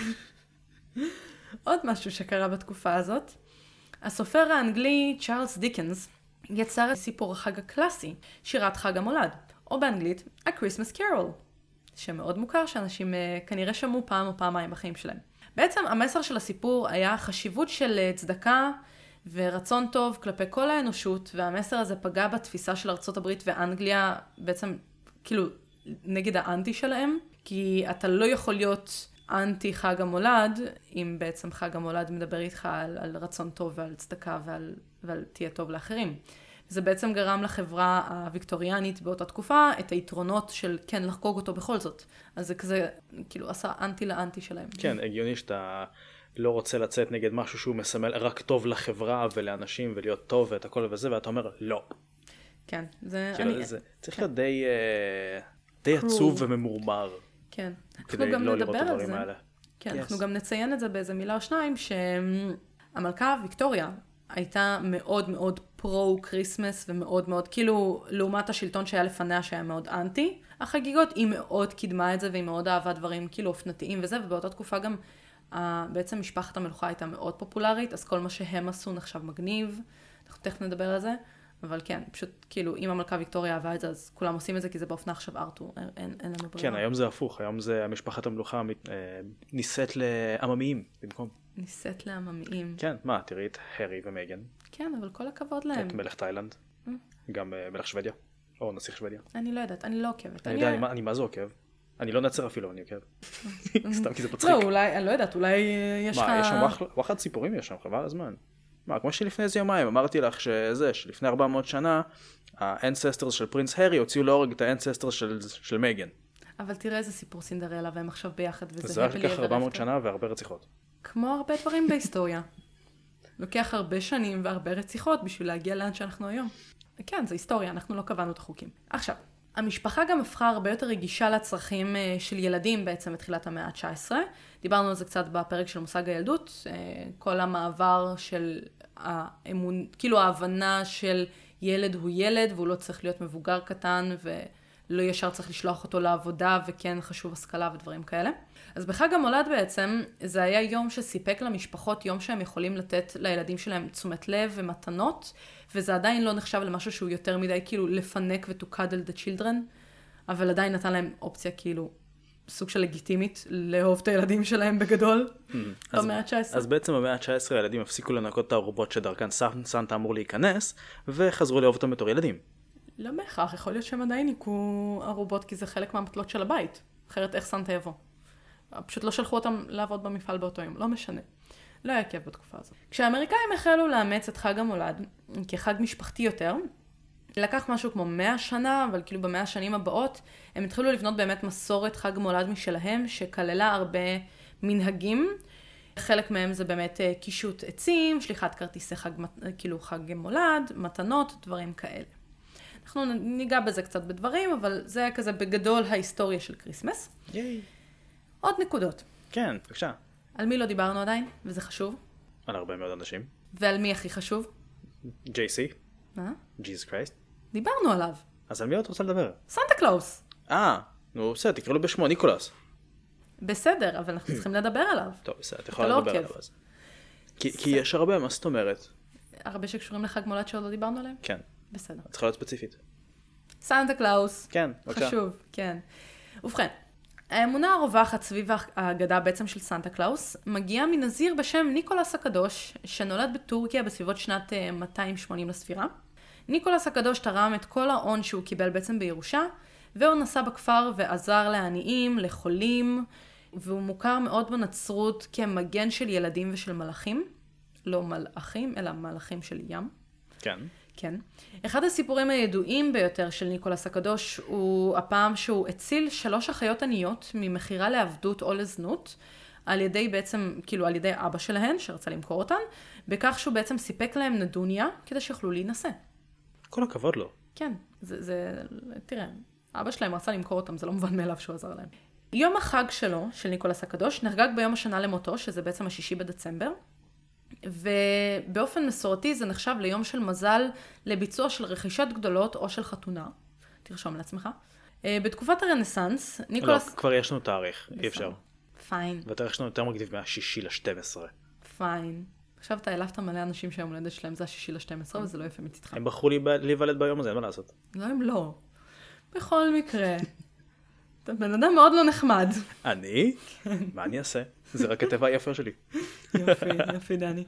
עוד משהו שקרה בתקופה הזאת. הסופר האנגלי צ'ארלס דיקנס יצר את סיפור החג הקלאסי, שירת חג המולד, או באנגלית, A Christmas Carol, שמאוד מוכר שאנשים כנראה שמעו פעם או פעמיים בחיים שלהם. בעצם המסר של הסיפור היה חשיבות של צדקה ורצון טוב כלפי כל האנושות, והמסר הזה פגע בתפיסה של ארצות הברית ואנגליה, בעצם כאילו נגד האנטי שלהם, כי אתה לא יכול להיות אנטי חג המולד, אם בעצם חג המולד מדבר איתך על רצון טוב ועל צדקה ועל תהיה טוב לאחרים. זה בעצם גרם לחברה הוויקטוריאנית באותה תקופה את היתרונות של כן לחגוג אותו בכל זאת. אז זה כזה, כאילו, עשה אנטי לאנטי שלהם. כן, הגיוני שאתה לא רוצה לצאת נגד משהו שהוא מסמל רק טוב לחברה ולאנשים ולהיות טוב ואת הכל וזה, ואתה אומר לא. כן, זה... צריך להיות די עצוב וממורמר. כן. כדי לא לראות את הדברים האלה. כן, אנחנו גם נציין את זה באיזה מילה או שניים, שהמלכה ויקטוריה הייתה מאוד מאוד פרו-קריסמס ומאוד מאוד, כאילו, לעומת השלטון שהיה לפניה שהיה מאוד אנטי, החגיגות היא מאוד קידמה את זה והיא מאוד אהבה דברים כאילו אופנתיים וזה, ובאותה תקופה גם בעצם משפחת המלוכה הייתה מאוד פופולרית, אז כל מה שהם עשו נחשב מגניב, אנחנו תכף נדבר על זה, אבל כן, פשוט כאילו, אם המלכה ויקטוריה אהבה את זה, אז כולם עושים את זה, כי זה באופנה עכשיו ארתור, אין לנו ברירה. כן, היום זה הפוך, היום זה המשפחת המלוכה ניסית לעממיים במקום. ניסית לעממיים. כן, מה, תראי את הרי ומייגן. כן, אבל כל הכבוד להם. את מלך תאילנד, גם מלך שוודיה, או נסיך שוודיה. אני לא יודעת, אני לא עוקבת. אני יודע, אני מה זה עוקב? אני לא נצר אפילו, אני עוקב. סתם כי זה פצחיק. לא, אולי, אני לא יודעת, אולי יש לך... מה, יש שם וואחד סיפורים יש שם, חבל הזמן. מה, כמו שלפני איזה יומיים, אמרתי לך שלפני 400 שנה, האנססטרס של פרינס הרי הוציאו להורג את האנססטרס של מייגן. אבל תראה איזה סיפור סינדרלה, והם עכשיו ביחד, וזה זה רק כך 400 שנה והרבה רציחות. כמו הרבה דברים בהיסטוריה. לוקח הרבה שנים והרבה רציחות בשביל להגיע לאן שאנחנו היום. כן, זו היסטוריה, אנחנו לא קבענו את החוקים. עכשיו, המשפחה גם הפכה הרבה יותר רגישה לצרכים של ילדים בעצם בתחילת המאה ה-19. דיברנו על זה קצת בפרק של מושג הילדות, כל המעבר של האמון, כאילו ההבנה של ילד הוא ילד והוא לא צריך להיות מבוגר קטן ולא ישר צריך לשלוח אותו לעבודה וכן חשוב השכלה ודברים כאלה. אז בחג המולד בעצם זה היה יום שסיפק למשפחות, יום שהם יכולים לתת לילדים שלהם תשומת לב ומתנות, וזה עדיין לא נחשב למשהו שהוא יותר מדי כאילו לפנק ו-to cuddle the children, אבל עדיין נתן להם אופציה כאילו סוג של לגיטימית לאהוב את הילדים שלהם בגדול במאה ה-19. אז בעצם במאה ה-19 הילדים הפסיקו לנקות את הארובות שדרכן סנטה אמור להיכנס, וחזרו לאהוב אותם בתור ילדים. לא בהכרח, יכול להיות שהם עדיין ניקו ארובות כי זה חלק מהמטלות של הבית, אחרת איך סנטה יבוא. פשוט לא שלחו אותם לעבוד במפעל באותו יום, לא משנה. לא היה כיף בתקופה הזאת. כשהאמריקאים החלו לאמץ את חג המולד כחג משפחתי יותר, לקח משהו כמו 100 שנה, אבל כאילו ב100 השנים הבאות, הם התחילו לבנות באמת מסורת חג מולד משלהם, שכללה הרבה מנהגים. חלק מהם זה באמת קישוט עצים, שליחת כרטיסי חג, כאילו חג מולד, מתנות, דברים כאלה. אנחנו ניגע בזה קצת בדברים, אבל זה היה כזה בגדול ההיסטוריה של קריסמס. ייי. עוד נקודות. כן, בבקשה. על מי לא דיברנו עדיין, וזה חשוב? על הרבה מאוד אנשים. ועל מי הכי חשוב? JC. מה? Jesus Christ. דיברנו עליו. אז על מי את רוצה לדבר? סנטה קלאוס. נו בסדר, תקראו לו בשמו, ניקולס. בסדר, אבל אנחנו צריכים לדבר עליו. טוב, בסדר, את יכולה לדבר עליו אז. כי יש הרבה, מה זאת אומרת? הרבה שקשורים לחג מולד שעוד לא דיברנו עליהם? כן. בסדר. את צריכה להיות ספציפית. סנטה קלאוס. כן, בבקשה. חשוב, כן. ובכן, האמונה הרווחת סביב האגדה בעצם של סנטה קלאוס מגיעה מנזיר בשם ניקולס הקדוש, שנולד בטורקיה בסביבות שנת 280 לספירה. ניקולס הקדוש תרם את כל ההון שהוא קיבל בעצם בירושה, והוא נסע בכפר ועזר לעניים, לחולים, והוא מוכר מאוד בנצרות כמגן של ילדים ושל מלאכים. לא מלאכים, אלא מלאכים של ים. כן. כן. אחד הסיפורים הידועים ביותר של ניקולס הקדוש הוא הפעם שהוא הציל 3 אחיות עניות ממחירה לעבדות או לזנות, על ידי בעצם, כאילו על ידי אבא שלהן, שרצה למכור אותן, בכך שהוא בעצם סיפק להם נדוניה כדי שיוכלו להינשא. כל הכבוד לו. כן, תראה, אבא שלהם רצה למכור אותם, זה לא מובן מאליו שהוא עזר להם. יום החג שלו, של ניקולס הקדוש, נחגג ביום השנה למותו, שזה בעצם 6 בדצמבר, ובאופן מסורתי זה נחשב ליום של מזל לביצוע של רכישות גדולות או של חתונה. תרשום לעצמך. בתקופת הרנסנס, ניקולס... לא, כבר יש לנו תאריך, אי אפשר. פיין. והתאריך שלנו יותר מגניב מה-6/12. פיין. עכשיו אתה העלפת מלא אנשים שהיום הולדת שלהם זה ה6/12 וזה לא יפה מצדך. הם בחרו להיוולד ביום הזה, אין מה לעשות. לא, הם לא. בכל מקרה. אתה בן אדם מאוד לא נחמד. אני? מה אני אעשה? זה רק הטבע היפה שלי. יופי דני.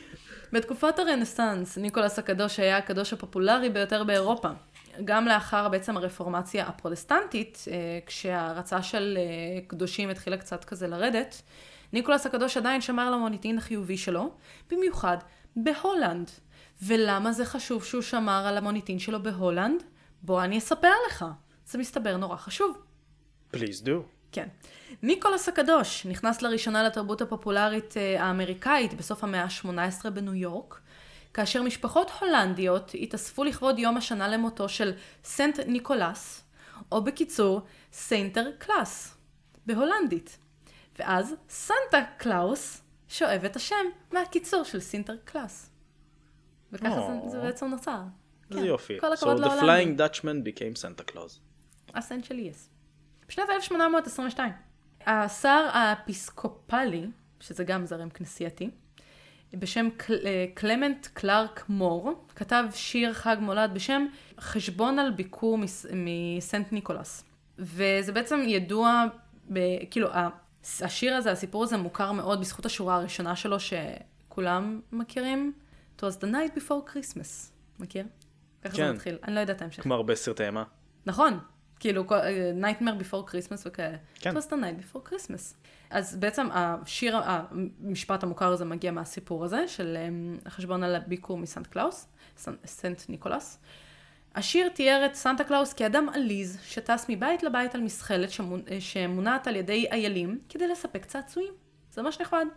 בתקופת הרנסנס, ניקולס הקדוש היה הקדוש הפופולרי ביותר באירופה. גם לאחר בעצם הרפורמציה הפרוטסטנטית, כשהרצה של קדושים התחילה קצת כזה לרדת, ניקולס הקדוש עדיין שמר על המוניטין החיובי שלו, במיוחד בהולנד. ולמה זה חשוב שהוא שמר על המוניטין שלו בהולנד? בוא אני אספר לך. זה מסתבר נורא חשוב. Please do. כן. ניקולס הקדוש נכנס לראשונה לתרבות הפופולרית האמריקאית בסוף המאה ה-18 בניו יורק, כאשר משפחות הולנדיות התאספו לכבוד יום השנה למותו של סנט ניקולס, או בקיצור סנטר קלאס, בהולנדית. ואז סנטה קלאוס שואב את השם מהקיצור של סנטר קלאס. וככה זה בעצם נוצר. זה יופי. כל הכבוד So להולנדים. the flying Dutchman became Santa Claus. הסנט שלי יס. בשנת 1822, השר האפיסקופלי, שזה גם זרם כנסייתי, בשם קלמנט קלארק מור, כתב שיר חג מולד בשם חשבון על ביקור מסנט ניקולס. וזה בעצם ידוע, כאילו השיר הזה, הסיפור הזה מוכר מאוד בזכות השורה הראשונה שלו שכולם מכירים. It was the night before Christmas. מכיר? ככה זה מתחיל. אני לא יודעת ההמשך. כמו הרבה סרטי אימה. נכון. כאילו, Nightmare Before Christmas וכאלה. כן. It was the night before Christmas. אז בעצם השיר, המשפט המוכר הזה מגיע מהסיפור הזה, של החשבון על הביקור מסנט קלאוס, סנט ניקולס. השיר תיאר את סנטה קלאוס כאדם עליז, שטס מבית לבית על מסחלת שמונעת על ידי איילים, כדי לספק צעצועים. זה ממש נחמד.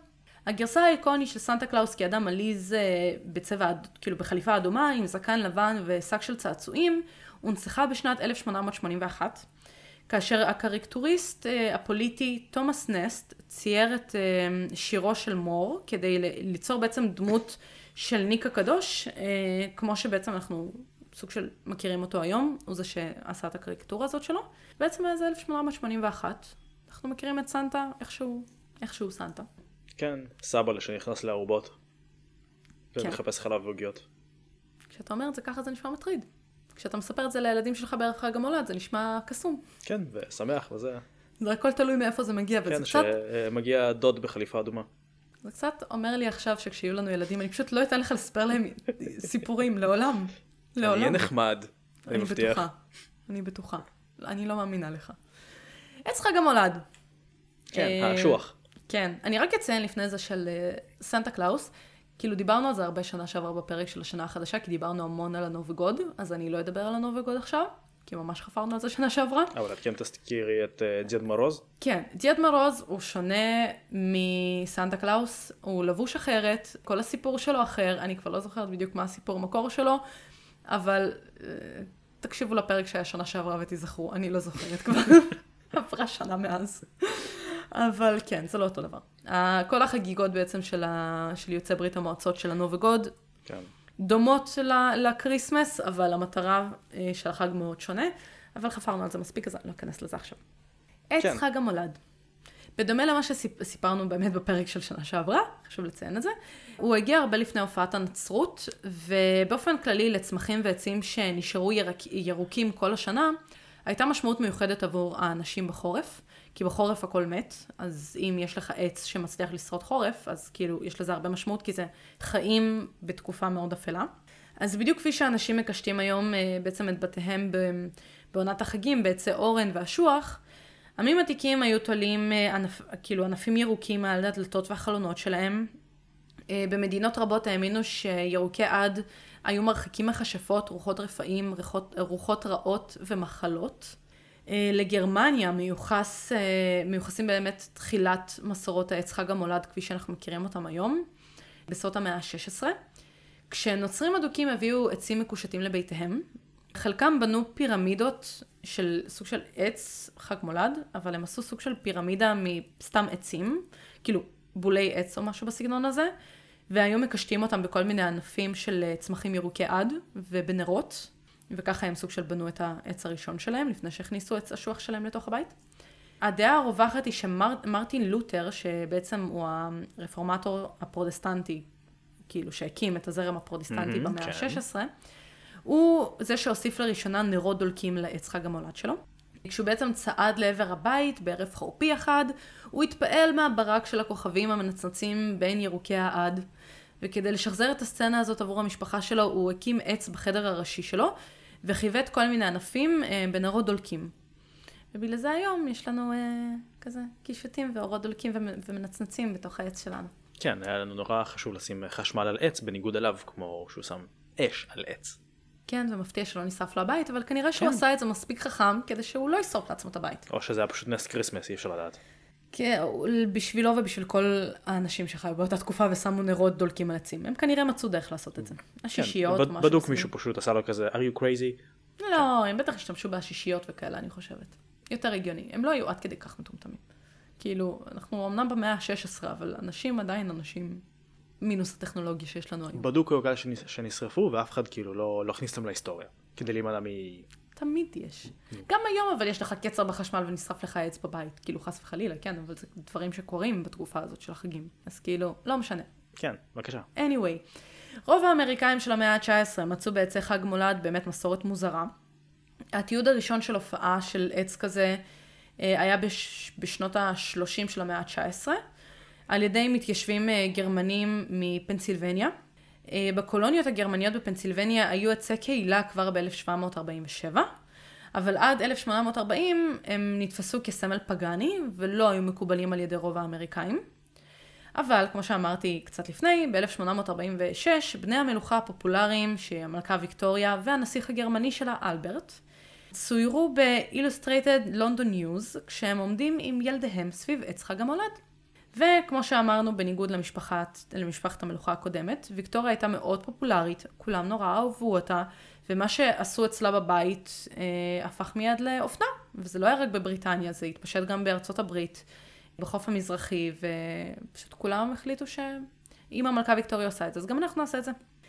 הגרסה האיקונית של סנטה קלאוס כאדם עליז בצבע, כאילו בחליפה אדומה עם זקן לבן ושק של צעצועים, הונצחה בשנת 1881, כאשר הקריקטוריסט הפוליטי תומאס נסט צייר את שירו של מור, כדי ליצור בעצם דמות של ניק הקדוש, כמו שבעצם אנחנו סוג של מכירים אותו היום, הוא זה שעשה את הקריקטורה הזאת שלו. בעצם זה 1881, אנחנו מכירים את סנטה איכשהו סנטה. כן, סבא שנכנס לארובות, ומחפש חלב ועוגיות. כשאתה אומר את זה ככה זה נשמע מטריד. כשאתה מספר את זה לילדים שלך בערך חג המולד, זה נשמע קסום. כן, ושמח וזה. זה הכל תלוי מאיפה זה מגיע. כן, שמגיע דוד בחליפה אדומה. זה קצת אומר לי עכשיו שכשיהיו לנו ילדים, אני פשוט לא אתן לך לספר להם סיפורים, לעולם. אני אהיה נחמד, אני מבטיח. אני בטוחה. אני לא מאמינה לך. עץ חג המולד. כן, האשוח. כן, אני רק אציין לפני זה של סנטה קלאוס, כאילו דיברנו על זה הרבה שנה שעבר בפרק של השנה החדשה, כי דיברנו המון על הנובגוד, אז אני לא אדבר על הנובגוד עכשיו, כי ממש חפרנו על זה שנה שעברה. אבל את כן תזכירי את דיאד מרוז? כן, דיאד מרוז הוא שונה מסנטה קלאוס, הוא לבוש אחרת, כל הסיפור שלו אחר, אני כבר לא זוכרת בדיוק מה הסיפור מקור שלו, אבל תקשיבו לפרק שהיה שנה שעברה ותזכרו, אני לא זוכרת כבר, עברה שנה מאז. אבל כן, זה לא אותו דבר. כל החגיגות בעצם של יוצאי ברית המועצות של הנובגוד, כן. דומות לקריסמס, אבל המטרה של החג מאוד שונה, אבל חפרנו על זה מספיק, אז אני לא אכנס לזה עכשיו. עץ חג המולד. בדומה למה שסיפרנו באמת בפרק של שנה שעברה, חשוב לציין את זה, הוא הגיע הרבה לפני הופעת הנצרות, ובאופן כללי לצמחים ועצים שנשארו ירוקים כל השנה, הייתה משמעות מיוחדת עבור האנשים בחורף, כי בחורף הכל מת, אז אם יש לך עץ שמצליח לשרוד חורף, אז כאילו יש לזה הרבה משמעות, כי זה חיים בתקופה מאוד אפלה. אז בדיוק כפי שאנשים מקשטים היום בעצם את בתיהם בעונת החגים, בעצי אורן והשוח, עמים עתיקים היו תולים כאילו ענפים ירוקים מעל הדלתות והחלונות שלהם. במדינות רבות האמינו שירוקי עד היו מרחיקים מכשפות, רוחות רפאים, רוחות רעות ומחלות. לגרמניה מיוחסים באמת תחילת מסורות העץ חג המולד כפי שאנחנו מכירים אותם היום, בסוף המאה ה-16. כשנוצרים אדוקים הביאו עצים מקושטים לביתיהם, חלקם בנו פירמידות של סוג של עץ חג מולד, אבל הם עשו סוג של פירמידה מסתם עצים, כאילו בולי עץ או משהו בסגנון הזה, והיום מקשטים אותם בכל מיני ענפים של צמחים ירוקי עד ובנרות, וככה הם סוג של בנו את העץ הראשון שלהם, לפני שהכניסו את השוח שלהם לתוך הבית. הדעה הרווחת היא שמרטין לותר, שבעצם הוא הרפורמטור הפרוטסטנטי, כאילו שהקים את הזרם הפרוטסטנטי במאה ה-16, הוא זה שהוסיף לראשונה נרות דולקים לעץ חג המולד שלו. כשהוא בעצם צעד לעבר הבית בערב חורפי אחד, הוא התפעל מהברק של הכוכבים המנצנצים בין ירוקי העד, וכדי לשחזר את הסצנה הזאת עבור המשפחה שלו, הוא הקים עץ בחדר הראשי שלו, וחיווט כל מיני ענפים בנרות דולקים. ובגלל זה היום יש לנו כזה קישוטים ואורות דולקים ומנצנצים בתוך העץ שלנו. כן, היה לנו נורא חשוב לשים חשמל על עץ בניגוד אליו, כמו שהוא שם אש על עץ. כן, זה מפתיע שלא נשרף לו הבית, אבל כנראה שהוא עשה את זה מספיק חכם, כדי שהוא לא ישרוף לעצמו את הבית. או שזה היה פשוט נס קריסמס, אי אפשר לדעת. כן, בשבילו ובשביל כל האנשים שחיו באותה תקופה ושמו נרות דולקים על עצים. הם כנראה מצאו דרך לעשות את זה. השישיות או משהו. בדוק מישהו פשוט עשה לו כזה, are you crazy? לא, הם בטח השתמשו בהשישיות וכאלה, אני חושבת. יותר הגיוני. הם לא היו עד כדי כך מטומטמים. כאילו, אנחנו אמנם במאה ה-16, אבל אנשים עדיין אנשים מינוס הטכנולוגיה שיש לנו היום. בדוק היו כאלה שנשרפו, ואף אחד כאילו לא הכניס להם להיסטוריה. כדי להימנע תמיד יש. גם היום אבל יש לך קצר בחשמל ונשרף לך עץ בבית. כאילו חס וחלילה, כן, אבל זה דברים שקורים בתקופה הזאת של החגים. אז כאילו, לא משנה. כן, בבקשה. anyway, רוב האמריקאים של המאה ה-19 מצאו בעצי חג מולד באמת מסורת מוזרה. התיעוד הראשון של הופעה של עץ כזה היה בשנות ה-30 של המאה ה-19, על ידי מתיישבים גרמנים מפנסילבניה. בקולוניות הגרמניות בפנסילבניה היו עצי קהילה כבר ב-1747, אבל עד 1840 הם נתפסו כסמל פגני ולא היו מקובלים על ידי רוב האמריקאים. אבל, כמו שאמרתי קצת לפני, ב-1846 בני המלוכה הפופולריים, שהמלכה ויקטוריה והנסיך הגרמני שלה, אלברט, צוירו ב-Illustrated London News כשהם עומדים עם ילדיהם סביב עץ חג המולד. וכמו שאמרנו, בניגוד למשפחת המלוכה הקודמת, ויקטוריה הייתה מאוד פופולרית, כולם נורא אהבו אותה, ומה שעשו אצלה בבית הפך מיד לאופנה, וזה לא היה רק בבריטניה, זה התפשט גם בארצות הברית, בחוף המזרחי, ופשוט כולם החליטו שאם המלכה ויקטוריה עושה את זה, אז גם אנחנו נעשה את זה.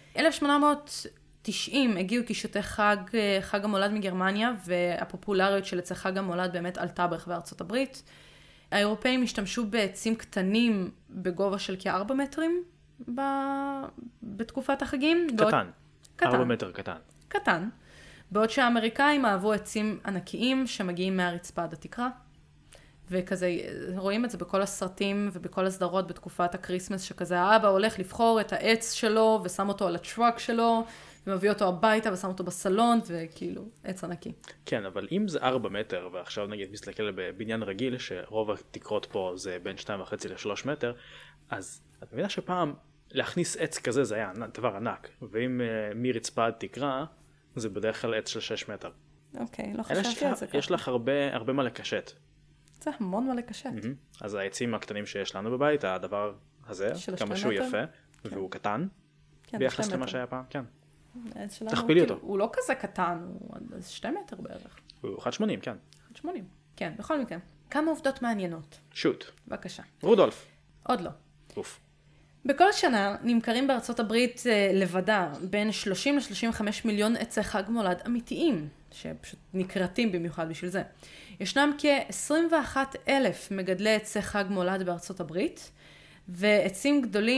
1890 הגיעו קישוטי חג המולד מגרמניה, והפופולריות של עצי חג המולד באמת עלתה ברחבי ארצות הברית. האירופאים השתמשו בעצים קטנים בגובה של כ4 מטרים בתקופת החגים. קטן. 4 מטר קטן. קטן. בעוד שהאמריקאים אהבו עצים ענקיים שמגיעים מהרצפה עד התקרה. וכזה, רואים את זה בכל הסרטים ובכל הסדרות בתקופת הקריסמס, שכזה האבא הולך לבחור את העץ שלו ושם אותו על הטרק שלו, ומביא אותו הביתה ושם אותו בסלון, וכאילו, עץ ענקי. כן, אבל אם זה 4 מטר, ועכשיו נגיד מסתכל בבניין רגיל, שרוב התקרות פה זה בין 2.5 ל-3 מטר, אז את מבינה שפעם להכניס עץ כזה זה היה דבר ענק, ואם מרצפה עד תקרה, זה בדרך כלל עץ של 6 מטר. אוקיי, לא חשבתי על זה ככה. יש לך הרבה מה לקשט. זה המון מה לקשט. אז העצים הקטנים שיש לנו בבית, הדבר הזה, כמה שהוא יפה, והוא קטן, ביחס למה שהיה פעם, כן. תכפילי אותו. הוא לא כזה קטן, הוא 2 מטר בערך. הוא 1.80, כן. 1.80, כן, בכל מקרה. כמה עובדות מעניינות. שוט. בבקשה. רודולף. עוד לא. אוף. בכל שנה נמכרים בארצות הברית לבדה בין 30 ל-35 מיליון עצי חג מולד אמיתיים, שפשוט נקרתים במיוחד בשביל זה. ישנם כ-21,000 מגדלי עצי חג מולד בארצות הברית, ועצים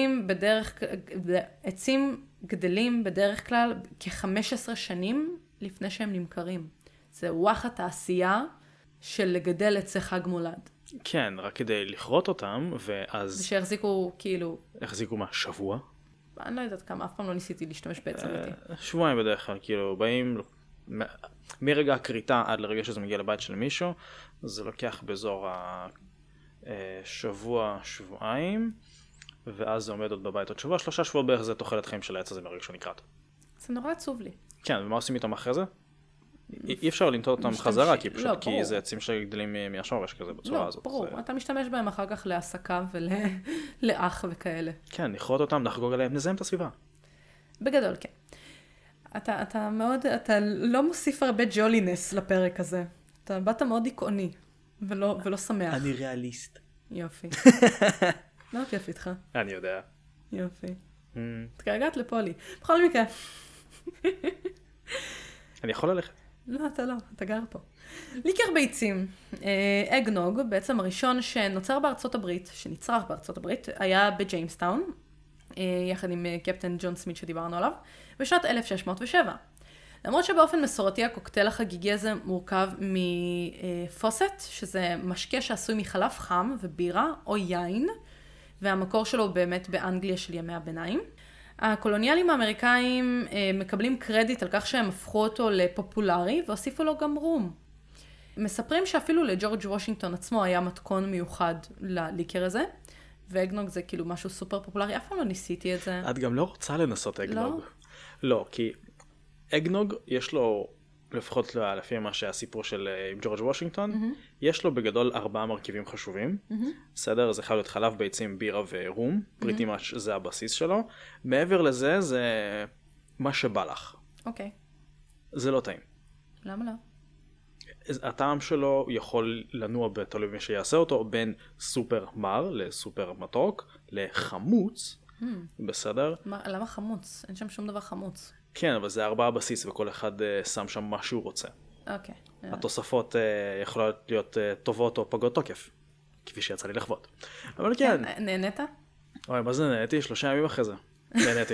גדלים בדרך כלל כ-15 שנים לפני שהם נמכרים. זה וואחת העשייה של לגדל עצי חג מולד. כן, רק כדי לכרות אותם, ואז... ושהחזיקו כאילו... החזיקו מה? שבוע? אני לא יודעת כמה, אף פעם לא ניסיתי להשתמש בעצם איתי. שבועיים בדרך כלל, כאילו, באים... מרגע הקריטה עד לרגע שזה מגיע לבית של מישהו, זה לוקח באזור שבוע, שבועיים, ואז זה עומד עוד בבית עוד שבוע, 3 שבועות בערך זה תוחלת חיים של העץ הזה מרגע שהוא נקרט. זה נורא עצוב לי. כן, ומה עושים איתם אחרי זה? אי אפשר לנטות אותם חזרה, כי פשוט כי זה עצים שגדלים מהשורש כזה בצורה הזאת. לא, ברור, אתה משתמש בהם אחר כך להסקה ולאח וכאלה. כן, לכרות אותם, לחגוג עליהם, נזהם את הסביבה. בגדול, כן. אתה לא מוסיף הרבה ג'ולינס לפרק הזה. אתה באת מאוד דיכאוני, ולא שמח. אני ריאליסט. יופי. לא כיף איתך. אני יודע. יופי. תגעגעת לפולי. בכל מקרה. אני יכול ללכת. לא, אתה לא, אתה גר פה. ליקר ביצים. אגנוג, בעצם הראשון שנוצר בארצות הברית, שנצרך בארצות הברית, היה בג'יימסטאון, יחד עם קפטן ג'ון סמית שדיברנו עליו, בשנת 1607. למרות שבאופן מסורתי הקוקטייל החגיגי הזה מורכב מפוסט, שזה משקה שעשוי מחלב חם ובירה או יין, והמקור שלו באמת באנגליה של ימי הביניים. הקולוניאלים האמריקאים מקבלים קרדיט על כך שהם הפכו אותו לפופולרי והוסיפו לו גם רום. מספרים שאפילו לג'ורג' וושינגטון עצמו היה מתכון מיוחד לליקר הזה, ואגנוג זה כאילו משהו סופר פופולרי, אף פעם לא ניסיתי את זה. את גם לא רוצה לנסות אגנוג. לא, כי אגנוג יש לו, לפחות לפי מה שהסיפור של ג'ורג' וושינגטון, יש לו בגדול 4 מרכיבים חשובים. בסדר, זה יכול להיות חלב, ביצים, בירה ורום, פריטי מאץ' זה הבסיס שלו. מעבר לזה זה מה שבא לך. אוקיי. זה לא טעים. למה לא? הטעם שלו יכול לנוע בתלוי מי שיעשה אותו, בין סופר מר לסופר מתוק, לחמוץ, בסדר? למה חמוץ? אין שם שום דבר חמוץ. כן, אבל זה 4 בסיס וכל אחד שם שם מה שהוא רוצה. אוקיי. התוספות יכולות להיות טובות או פגות תוקף, כפי שיצא לי לחוות. אבל כן. נהנית? אוי, מה זה נהניתי? 3 ימים אחרי זה. נהניתי.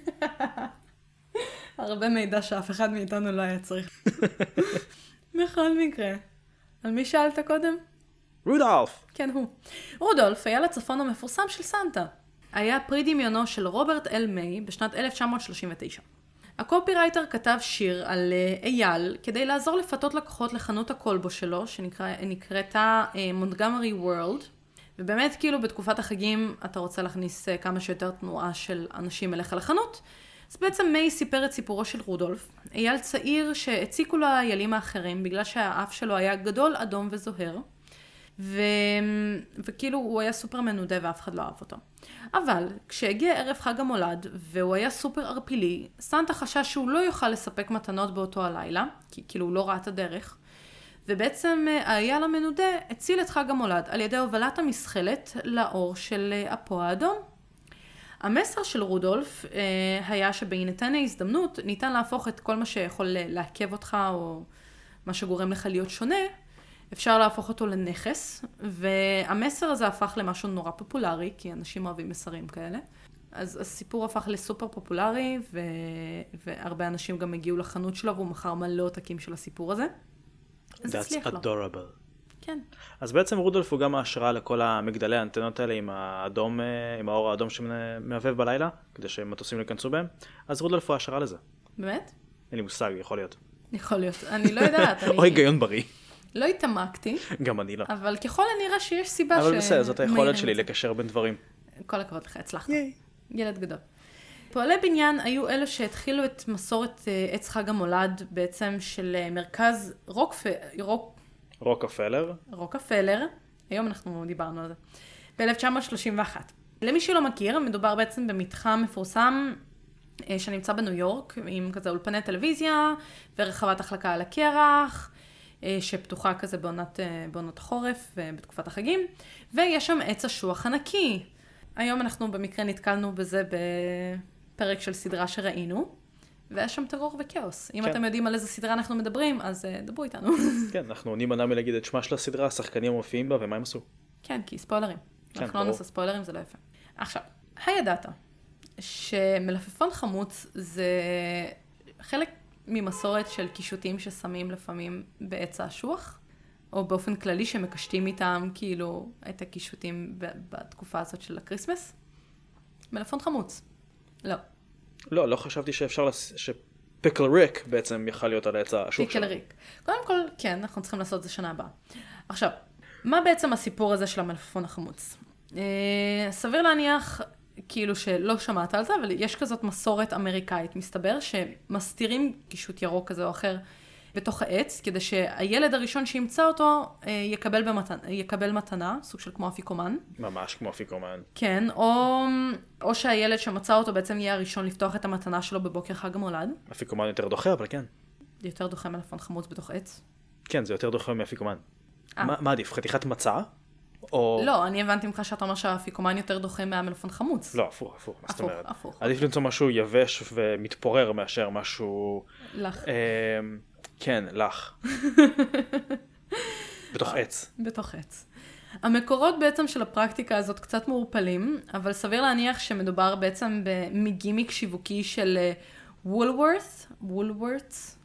הרבה מידע שאף אחד מאיתנו לא היה צריך. בכל מקרה. על מי שאלת קודם? רודולף! כן, הוא. רודולף היה לצפון המפורסם של סנטה. היה פרי דמיונו של רוברט אל מיי בשנת 1939. הקופירייטר כתב שיר על אייל כדי לעזור לפתות לקוחות לחנות הקולבו שלו, שנקראתה מונטגומרי וורלד. ובאמת כאילו בתקופת החגים אתה רוצה להכניס כמה שיותר תנועה של אנשים אליך לחנות. אז בעצם מיי סיפר את סיפורו של רודולף, אייל צעיר שהציקו לו האיילים האחרים בגלל שהאף שלו היה גדול, אדום וזוהר. וכאילו הוא היה סופר מנודה ואף אחד לא אהב אותו. אבל כשהגיע ערב חג המולד והוא היה סופר ערפילי, סנטה חשש שהוא לא יוכל לספק מתנות באותו הלילה, כי כאילו הוא לא ראה את הדרך. ובעצם האייל המנודה הציל את חג המולד על ידי הובלת המסחלת לאור של אפו האדום. המסר של רודולף היה שבהינתן ההזדמנות ניתן להפוך את כל מה שיכול לעכב אותך או מה שגורם לך להיות שונה, אפשר להפוך אותו לנכס, והמסר הזה הפך למשהו נורא פופולרי, כי אנשים אוהבים מסרים כאלה. אז הסיפור הפך לסופר פופולרי, והרבה אנשים גם הגיעו לחנות שלו, והוא מכר מלא עותקים של הסיפור הזה. אז הצליח לו. That's adorable. כן. אז בעצם רודולף הוא גם ההשראה לכל המגדלי האנטנות האלה עם האדום, עם האור האדום שמהבהב בלילה, כדי שמטוסים ייכנסו בהם. אז רודולף הוא ההשראה לזה. באמת? אין לי מושג, יכול להיות. יכול להיות. אני לא יודעת. או היגיון בריא. לא התעמקתי. גם אני לא. אבל ככל הנראה שיש סיבה אבל בסדר, זאת היכולת שלי לקשר בין דברים. כל הכבוד לך, הצלחת. ילד גדול. פועלי בניין היו אלו שהתחילו את מסורת עץ חג המולד בעצם של מרכז רוקפלר. היום אנחנו דיברנו על זה. ב-1931. למי שלא מכיר, מדובר בעצם במתחם מפורסם שנמצא בניו יורק, עם כזה אולפני טלוויזיה ורחבת החלקה על הקרח, שפתוחה כזה בעונות חורף ובתקופת החגים, ויש שם עץ אשוח ענקי. היום אנחנו במקרה נתקלנו בזה בפרק של סדרה שראינו, והיה שם טרור וכאוס. אם אתם יודעים על איזה סדרה אנחנו מדברים, אז דברו איתנו. כן, אנחנו נימנע מלהגיד את שמה של הסדרה, השחקנים מופיעים בה ומה הם עשו. כן, כי ספוילרים. אנחנו לא נעשה ספוילרים, זה לא יפה. עכשיו, הידעת שמלפפון חמוץ זה חלק ממסורת של קישוטים ששמים לפעמים בעץ האשוח, או באופן כללי שמקשטים איתם כאילו את הקישוטים בתקופה הזאת של הקריסמס? מלפפון חמוץ. לא. לא חשבתי שאפשר שפיקל ריק בעצם יכל להיות על העץ האשוח שלנו. פיקל ריק. קודם כל, כן, אנחנו צריכים לעשות את זה שנה הבאה. עכשיו, מה בעצם הסיפור הזה של המלפפון החמוץ? סביר להניח כאילו שלא שמעת על זה, אבל יש כזאת מסורת אמריקאית, מסתבר, שמסתירים קישוט ירוק כזה או אחר בתוך העץ, כדי שהילד הראשון שימצא אותו יקבל מתנה, סוג של כמו אפיקומן. ממש כמו אפיקומן. כן, או שהילד שמצא אותו בעצם יהיה הראשון לפתוח את המתנה שלו בבוקר חג המולד. אפיקומן יותר דוחה, אבל כן. יותר דוחה מלפפון חמוץ בתוך עץ? כן, זה יותר דוחה מאפיקומן. מה עדיף, חתיכת מצה? לא, אני הבנתי ממך שאתה אומר שהאפיקומן יותר דוחה מהמלפון חמוץ. לא, הפוך, מה זאת אומרת? הפוך. עדיף למצוא משהו יבש ומתפורר מאשר משהו... לח. כן, לח. בתוך עץ. בתוך עץ. המקורות בעצם של הפרקטיקה הזאת קצת מעורפלים, אבל סביר להניח שמדובר בעצם מגימיק שיווקי של וולוורת'ס,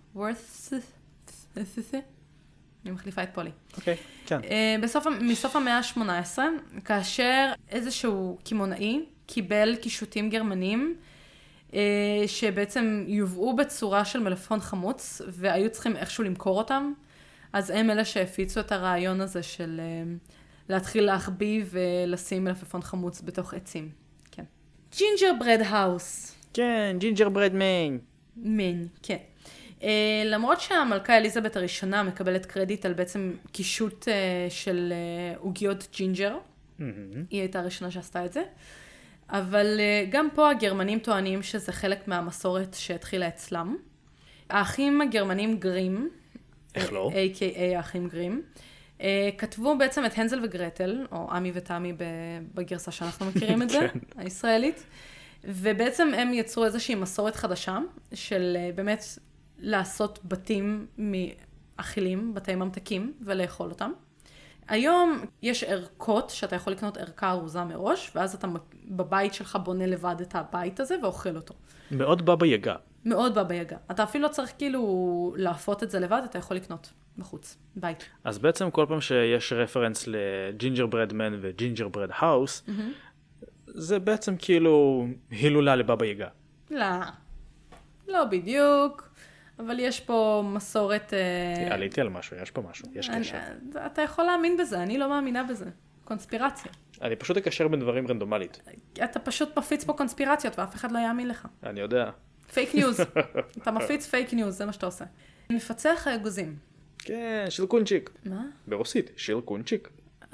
אני מחליפה את פולי. אוקיי, כן. מסוף המאה ה-18, כאשר איזשהו קימונאי קיבל קישוטים גרמנים, שבעצם יובאו בצורה של מלפפון חמוץ, והיו צריכים איכשהו למכור אותם, אז הם אלה שהפיצו את הרעיון הזה של להתחיל להחביא ולשים מלפפון חמוץ בתוך עצים. כן. ג'ינג'ר-ברד האוס. כן, ג'ינג'ר-ברד מיין. מיין, כן. למרות שהמלכה אליזבת הראשונה מקבלת קרדיט על בעצם קישוט של עוגיות ג'ינג'ר, היא הייתה הראשונה שעשתה את זה, אבל גם פה הגרמנים טוענים שזה חלק מהמסורת שהתחילה אצלם. האחים הגרמנים גרים, איך לא? a.k.a. האחים גרים, כתבו בעצם את הנזל וגרטל, או אמי ותמי בגרסה שאנחנו מכירים את זה, הישראלית, ובעצם הם יצרו איזושהי מסורת חדשה של באמת לעשות בתים מאכילים, בתי ממתקים, ולאכול אותם. היום יש ערכות שאתה יכול לקנות ערכה ארוזה מראש, ואז אתה בבית שלך בונה לבד את הבית הזה ואוכל אותו. מאוד בבא יגה. מאוד בבא יגה. אתה אפילו לא צריך כאילו להפות את זה לבד, אתה יכול לקנות בחוץ, בית. אז בעצם כל פעם שיש רפרנס לג'ינג'ר-ברד מן וג'ינג'ר-ברד האוס, זה בעצם כאילו הילולה לבבא יגה. לא בדיוק. אבל יש פה מסורת... עליתי על משהו, יש פה משהו, יש קשר. אתה יכול להאמין בזה, אני לא מאמינה בזה. קונספירציה. אני פשוט אקשר בין דברים רנדומלית. אתה פשוט מפיץ פה קונספירציות, ואף אחד לא יאמין לך. אני יודע. פייק ניוז. אתה מפיץ פייק ניוז, זה מה שאתה עושה. מפצח האגוזים. כן, שילקונצ'יק. מה? ברוסית, שילקונצ'יק.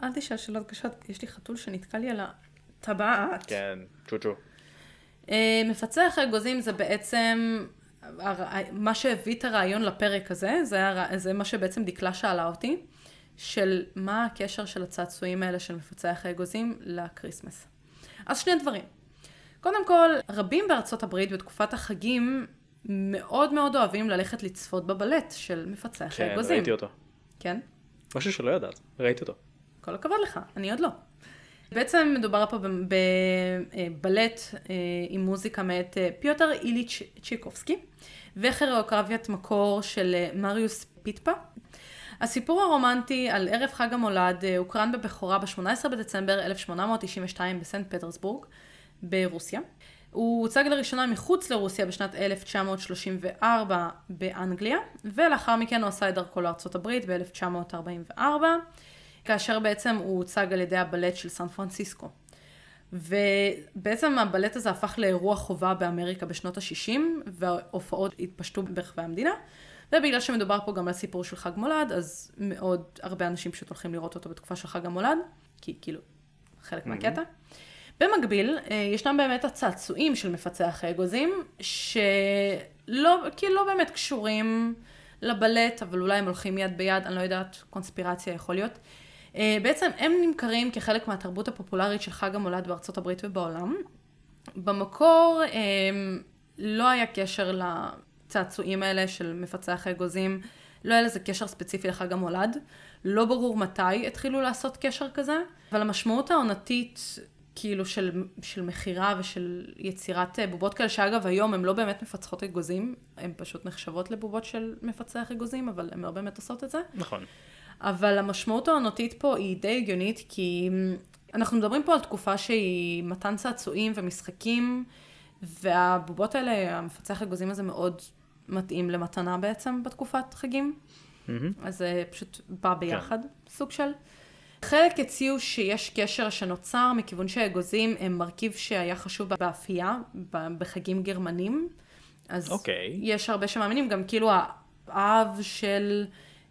אל תשאל שאלות קשות, יש לי חתול שנתקע לי על הטבעת. כן, צ'ו. מפצח האגוזים זה בעצם מה שהביא את הרעיון לפרק הזה, זה מה שבעצם דקלה שאלה אותי, של מה הקשר של הצעצועים האלה של מפצח האגוזים לקריסמס. אז שני דברים. קודם כל, רבים בארצות הברית בתקופת החגים מאוד מאוד אוהבים ללכת לצפות בבלט של מפצח האגוזים. כן, ראיתי אותו. כן? משהו שלא ידעת, ראיתי אותו. כל הכבוד לך, אני עוד לא. בעצם מדובר פה בבלט עם מוזיקה מאת פיוטר איליץ' צ'יקובסקי, וכוריאוגרפיית מקור של מריוס פיטפה. הסיפור הרומנטי על ערב חג המולד הוקרן בבכורה ב-18 בדצמבר 1892 בסנט פטרסבורג ברוסיה. הוא הוצג לראשונה מחוץ לרוסיה בשנת 1934 באנגליה, ולאחר מכן הוא עשה את דרכו לארצות הברית ב-1944, כאשר בעצם הוא הוצג על ידי הבלט של סן פרנסיסקו. ובעצם הבלט הזה הפך לאירוע חובה באמריקה בשנות ה-60, וההופעות התפשטו ברחבי המדינה, ובגלל שמדובר פה גם על סיפור של חג מולד, אז מאוד הרבה אנשים פשוט הולכים לראות אותו בתקופה של חג המולד, כי כאילו חלק מהקטע. במקביל, ישנם באמת הצעצועים של מפצח האגוזים, שלא באמת קשורים לבלט, אבל אולי הם הולכים יד ביד, אני לא יודעת, קונספירציה יכול להיות. בעצם הם נמכרים כחלק מהתרבות הפופולרית של חג המולד בארצות הברית ובעולם. במקור לא היה קשר לצעצועים האלה של מפצח האגוזים, לא היה לזה קשר ספציפי לחג המולד, לא ברור מתי התחילו לעשות קשר כזה, אבל המשמעות העונתית כאילו של מחירה ושל יצירת בובות כאלה, שאגב היום הן לא באמת מפצחות אגוזים, הן פשוט נחשבות לבובות של מפצח אגוזים, אבל הן לא באמת עושות את זה. נכון. אבל המשמעות העונתית פה היא די הגיונית, כי אנחנו מדברים פה על תקופה שהיא מתן צעצועים ומשחקים, והבובות האלה, המפצח אגוזים הזה מאוד מתאים למתנה בעצם בתקופת חגים. אז זה פשוט בא ביחד, סוג של. חלק הציעו שיש קשר שנוצר מכיוון שהאגוזים הם מרכיב שהיה חשוב באפייה, בחגים גרמנים. אז יש הרבה שמאמינים, גם כאילו האב של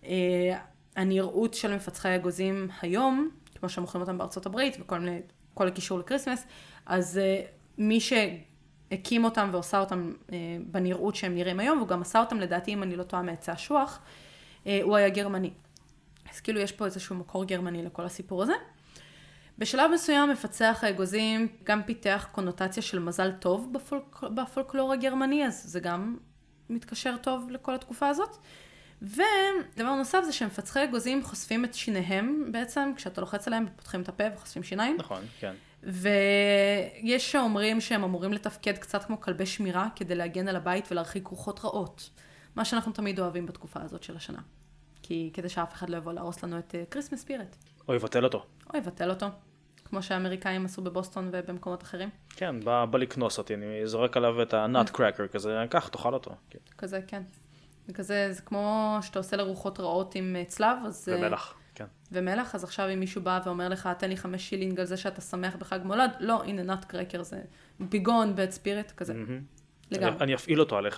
הנראות של מפצחי האגוזים היום, כמו שמוכרים אותם בארצות הברית וכל הקישור לקריסמס, אז מי שהקים אותם ועושה אותם בנראות שהם נראים היום, והוא גם עשה אותם לדעתי, אם אני לא טועה, מעצי אשוח, הוא היה גרמני. אז כאילו יש פה איזשהו מקור גרמני לכל הסיפור הזה. בשלב מסוים מפצח האגוזים גם פיתח קונוטציה של מזל טוב בפולקלור הגרמני, אז זה גם מתקשר טוב לכל התקופה הזאת. ודבר נוסף זה שמפצחי אגוזים חושפים את שיניהם בעצם, כשאתה לוחץ עליהם ופותחים את הפה וחושפים שיניים. נכון, כן. ויש שאומרים שהם אמורים לתפקד קצת כמו כלבי שמירה, כדי להגן על הבית ולהרחיק רוחות רעות. מה שאנחנו תמיד אוהבים בתקופה הזאת של השנה. כי כדי שאף אחד לא יבוא להרוס לנו את קריסמס ספיריט. או יבטל אותו. או יבטל אותו. כמו שהאמריקאים עשו בבוסטון ובמקומות אחרים. כן, בא לקנוס אותי, אני זורק עליו את הנאט קרקר כזה, כך, תאכל אותו. כזה, כן. וכזה, זה כמו שאתה עושה לרוחות רעות עם צלב, אז... ומלח, כן. ומלח, אז עכשיו אם מישהו בא ואומר לך, תן לי 5 שילינג על זה שאתה שמח בחג מולד, לא, הנה נאט קרקר, זה ביגון בית ספיריט, כזה. לגמרי. אני אפעיל אותו עליך.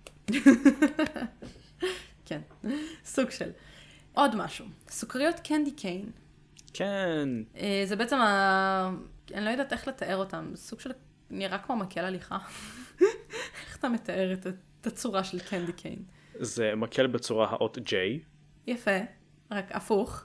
כן, סוג של. עוד משהו, סוכריות קנדי קיין. כן. זה בעצם, אני לא יודעת איך לתאר אותם, סוג של נראה כמו מקל הליכה. איך אתה מתאר את הצורה של קנדי קיין? זה מקל בצורה האות J. יפה, רק הפוך.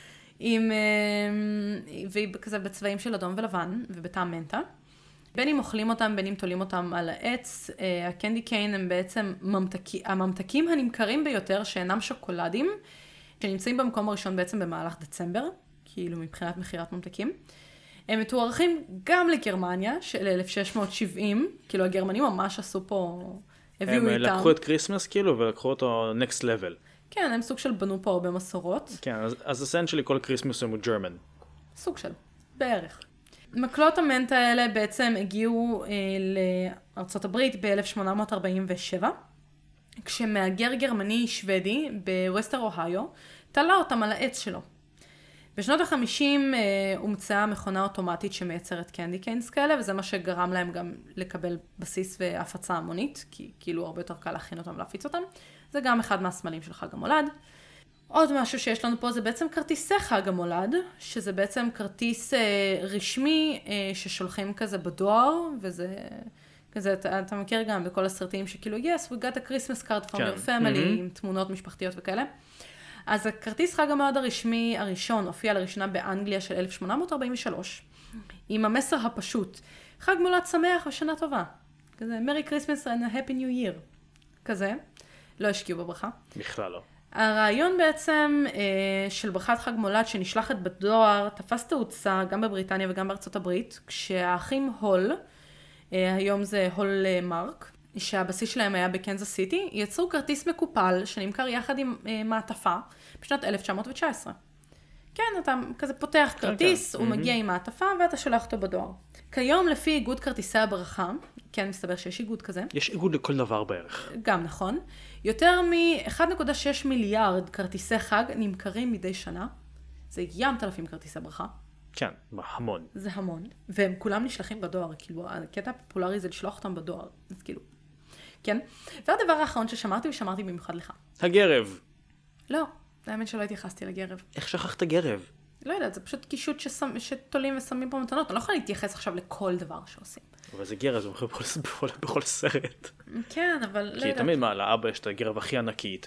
והיא כזה בצבעים של אדום ולבן ובטעם מנטה. בין אם אוכלים אותם, בין אם תולים אותם על העץ, הקנדי קיין הם בעצם הממתקים הנמכרים ביותר שאינם שוקולדים, שנמצאים במקום הראשון בעצם במהלך דצמבר, כאילו מבחינת מחירת ממתקים. הם מתוארכים גם לגרמניה של 1670, כאילו הגרמנים ממש עשו פה, הביאו איתם. הם לקחו את קריסמס כאילו ולקחו אותו next level. כן, הם סוג של בנו פה הרבה מסורות. כן, אז הסנט שלי כל קריסמס הוא ג'רמן. סוג של, בערך. מקלות המנטה האלה בעצם הגיעו לארצות הברית ב-1847, כשמהגר גרמני שוודי בווסטר אוהיו תלה אותם על העץ שלו. בשנות ה-50 הומצאה מכונה אוטומטית שמייצרת קנדי קיינס כאלה, וזה מה שגרם להם גם לקבל בסיס והפצה המונית, כי כאילו הרבה יותר קל להכין אותם ולהפיץ אותם. זה גם אחד מהסמלים של חג המולד. עוד משהו שיש לנו פה זה בעצם כרטיסי חג המולד, שזה בעצם כרטיס רשמי ששולחים כזה בדואר, וזה כזה, אתה מכיר גם בכל הסרטים שכאילו, yes, we got a Christmas card from your family, עם תמונות משפחתיות וכאלה. אז הכרטיס חג המולד הרשמי הראשון הופיע לראשונה באנגליה של 1843, עם המסר הפשוט, חג מולד שמח ושנה טובה. כזה, Merry Christmas and a Happy New Year. כזה. לא השקיעו בברכה. בכלל לא. הרעיון בעצם של ברכת חג מולד שנשלחת בדואר, תפס תאוצה גם בבריטניה וגם בארצות הברית, כשהאחים הול, היום זה הול מרק, שהבסיס שלהם היה בקנזס סיטי, יצרו כרטיס מקופל שנמכר יחד עם מעטפה בשנת 1919. כן, אתה כזה פותח כרטיס, הוא מגיע עם מעטפה ואתה שולח אותו בדואר. כיום לפי איגוד כרטיסי הברכה, כן, מסתבר שיש איגוד כזה. יש איגוד לכל דבר בערך. גם נכון. יותר מ-1.6 מיליארד כרטיסי חג נמכרים מדי שנה. זה ים תלפים כרטיסי ברכה. כן, המון. זה המון. והם כולם נשלחים בדואר. כאילו, הקטע הפופולרי זה לשלוח אותם בדואר. אז כאילו, כן. והדבר האחרון ששמרתי ושמרתי במיוחד לך. הגרב. לא, האמת שלא התייחסתי לגרב. איך שכחת גרב? לא יודעת, זה פשוט קישוט שתולים ושמים פה מתנות. אני לא יכולה להתייחס עכשיו לכל דבר שעושים. אבל זה גרב, זה מוכר בכל סרט. כן, אבל לא יודעת. כי תמיד מה, לאבא יש את הגרב הכי ענקית,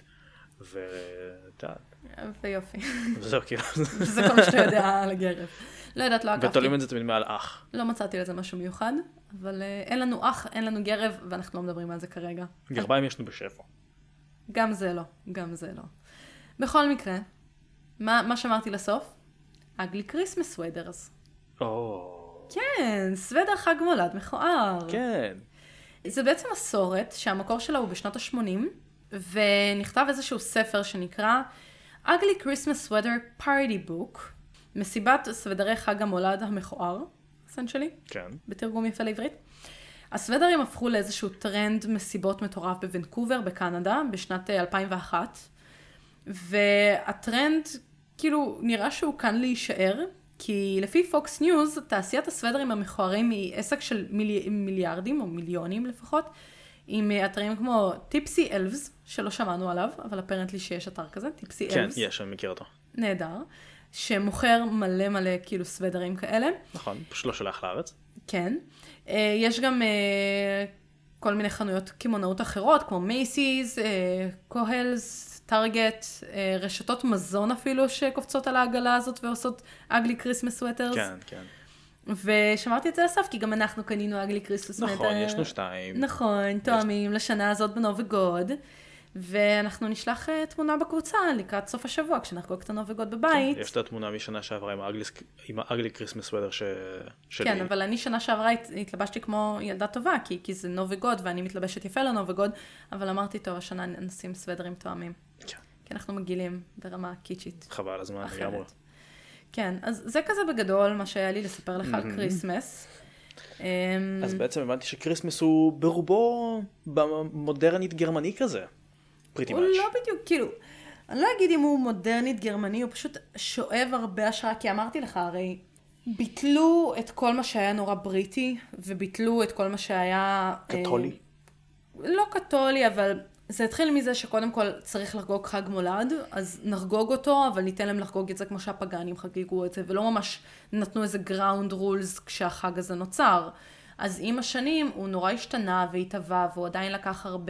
ויופי. וזהו, כאילו. זה כל מה שאתה יודע על הגרב. לא יודעת, לא עקבתי. ותולים את זה תמיד מעל אח. לא מצאתי לזה משהו מיוחד, אבל אין לנו אח, אין לנו גרב, ואנחנו לא מדברים על זה כרגע. גרביים ישנו בשפע. גם זה לא, גם זה לא. בכל מקרה, מה שאמרתי לסוף? Ugly Christmas sweaters. כן, סוודר חג מולד מכוער. כן. זה בעצם מסורת שהמקור שלה הוא בשנות ה-80, ונכתב איזשהו ספר שנקרא Ugly Christmas Sweater Party Book, מסיבת סוודרי חג המולד המכוער, essentially, כן. בתרגום יפה לעברית. הסוודרים הפכו לאיזשהו טרנד מסיבות מטורף בוונקובר, בקנדה, בשנת 2001, והטרנד כאילו נראה שהוא כאן להישאר, כי לפי פוקס ניוז, תעשיית הסוודרים המכוערים היא עסק של מיליארדים, או מיליונים לפחות, עם אתרים כמו טיפסי אלבס, שלא שמענו עליו, אבל אפרנטלי שיש אתר כזה, טיפסי אלבס. כן, יש, אני מכיר אותו. נהדר. שמוכר מלא מלא כאילו סוודרים כאלה. נכון, פשוט לא שולח לארץ. כן. יש גם כל מיני חנויות כימונאות אחרות, כמו מייסיז, קוהלס, טארגט, רשתות מזון אפילו שקופצות על העגלה הזאת ועושות Ugly Christmas sweaters. כן, כן. ושמרתי את זה לסף, כי גם אנחנו קנינו Ugly Christmas sweater. נכון, ישנו 2. נכון, תואמים לשנה הזאת בנובי גוד. ואנחנו נשלח תמונה בקבוצה לקראת סוף השבוע, כשנחגוג את הנובי גוד בבית. יש את התמונה משנה שעברה עם ה-Ugly Christmas sweater שלי. כן, אבל אני שנה שעברה התלבשתי כמו ילדה טובה, כי זה נובי גוד, ואני מתלבשת יפה לנובי גוד, אבל אמרתי, טוב, השנה נשים סוודרים תואמים. כן. כי אנחנו מגילים ברמה קיצ'ית. חבל הזמן, לגמרי. כן, אז זה כזה בגדול מה שהיה לי לספר לך על קריסמס. אז בעצם הבנתי שקריסמס הוא ברובו במודרנית גרמני כזה. הוא לא בדיוק, כאילו, אני לא אגיד אם הוא מודרנית גרמני, הוא פשוט שואב הרבה השראה, כי אמרתי לך, הרי ביטלו את כל מה שהיה נורא בריטי, וביטלו את כל מה שהיה... קתולי? לא קתולי, אבל זה התחיל מזה שקודם כל צריך לחגוג חג מולד, אז נחגוג אותו, אבל ניתן להם לחגוג את זה כמו שהפגנים חגגו את זה, ולא ממש נתנו איזה ground rules כשהחג הזה נוצר. אז עם השנים הוא נורא השתנה והתהווה, והוא עדיין לקח הרבה...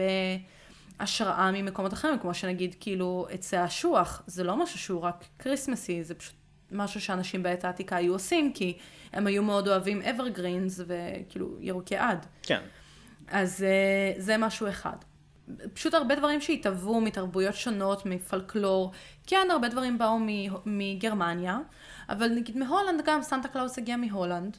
השראה ממקומות אחרים, כמו שנגיד, כאילו, עצי האשוח, זה לא משהו שהוא רק קריסמסי, זה פשוט משהו שאנשים בעת העתיקה היו עושים, כי הם היו מאוד אוהבים evergreens וכאילו ירוקי עד. כן. אז זה משהו אחד. פשוט הרבה דברים שהתהוו מתרבויות שונות, מפלקלור, כן, הרבה דברים באו מגרמניה, אבל נגיד מהולנד גם, סנטה קלאוס הגיע מהולנד.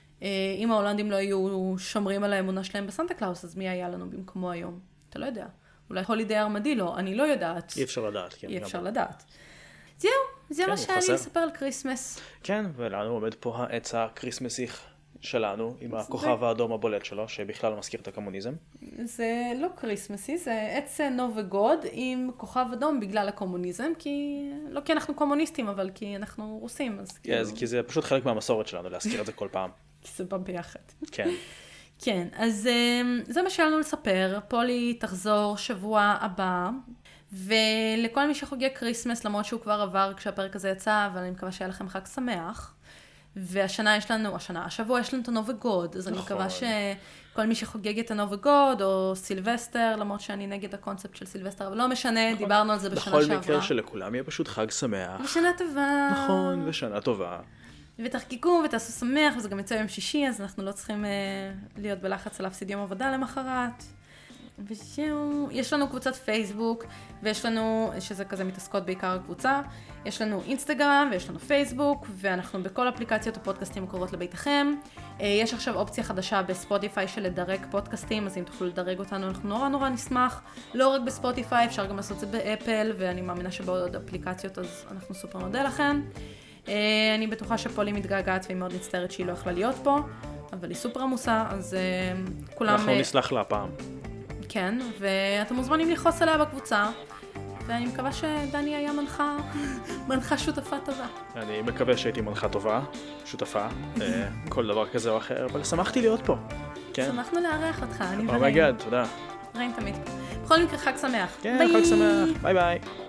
אם ההולנדים לא היו שומרים על האמונה שלהם בסנטה קלאוס, אז מי היה לנו במקומו היום? אתה לא יודע. אולי הולידי ארמדילו, אני לא יודעת. אי אפשר לדעת, כן. אי אפשר לדעת. זהו, זה מה שהיה לי לספר על קריסמס. כן, ולנו עומד פה העץ הקריסמסי שלנו, עם הכוכב האדום הבולט שלו, שבכלל לא מזכיר את הקומוניזם. זה לא קריסמסי, זה עץ נובי גוד עם כוכב אדום בגלל הקומוניזם, לא כי אנחנו קומוניסטים, אבל כי אנחנו רוסים. כי זה פשוט חלק מהמסורת שלנו, להזכיר את זה כל פעם. כי זה בא ביחד. כן. כן, אז זה מה שהיה לנו לספר. פולי תחזור שבוע הבא, ולכל מי שחוגג קריסמס, למרות שהוא כבר עבר כשהפרק הזה יצא, אבל אני מקווה שהיה לכם חג שמח. והשנה יש לנו, השבוע יש לנו את הנובי גוד, אז אני מקווה שכל מי שחוגג את הנובי גוד, או סילבסטר, למרות שאני נגד הקונספט של סילבסטר, אבל לא משנה, דיברנו על זה בשנה שעברה. בכל מקרה שלכולם יהיה פשוט חג שמח. ושנה טובה. נכון, ושנה טובה. ותחגגו ותעשו שמח, וזה גם יוצא יום שישי, אז אנחנו לא צריכים להיות בלחץ להפסיד יום עבודה למחרת. וזהו, יש לנו קבוצת פייסבוק, ויש לנו, שזה כזה מתעסקות בעיקר הקבוצה, יש לנו אינסטגרם ויש לנו פייסבוק, ואנחנו בכל אפליקציות הפודקאסטים הקרובות לביתכם. יש עכשיו אופציה חדשה בספוטיפיי של לדרג פודקאסטים, אז אם תוכלו לדרג אותנו, אנחנו נורא נורא נשמח. לא רק בספוטיפיי, אפשר גם לעשות את זה באפל, ואני מאמינה שבעוד אפליקציות, אז אנחנו סופר נודה לכם. אני בטוחה שפולי מתגעגעת והיא מאוד מצטערת שהיא לא יכלה להיות פה, אבל היא סופר עמוסה, אז כולם... אנחנו נסלח לה הפעם. כן, ואתם מוזמנים לחוס עליה בקבוצה, ואני מקווה שדני היה מנחה שותפה טובה. אני מקווה שהייתי מנחה טובה, שותפה, כל דבר כזה או אחר, אבל שמחתי להיות פה. שמחנו לארח אותך, אני אומייגאד, תודה. ראין תמיד. בכל מקרה, חג שמח. כן, חג שמח, ביי ביי.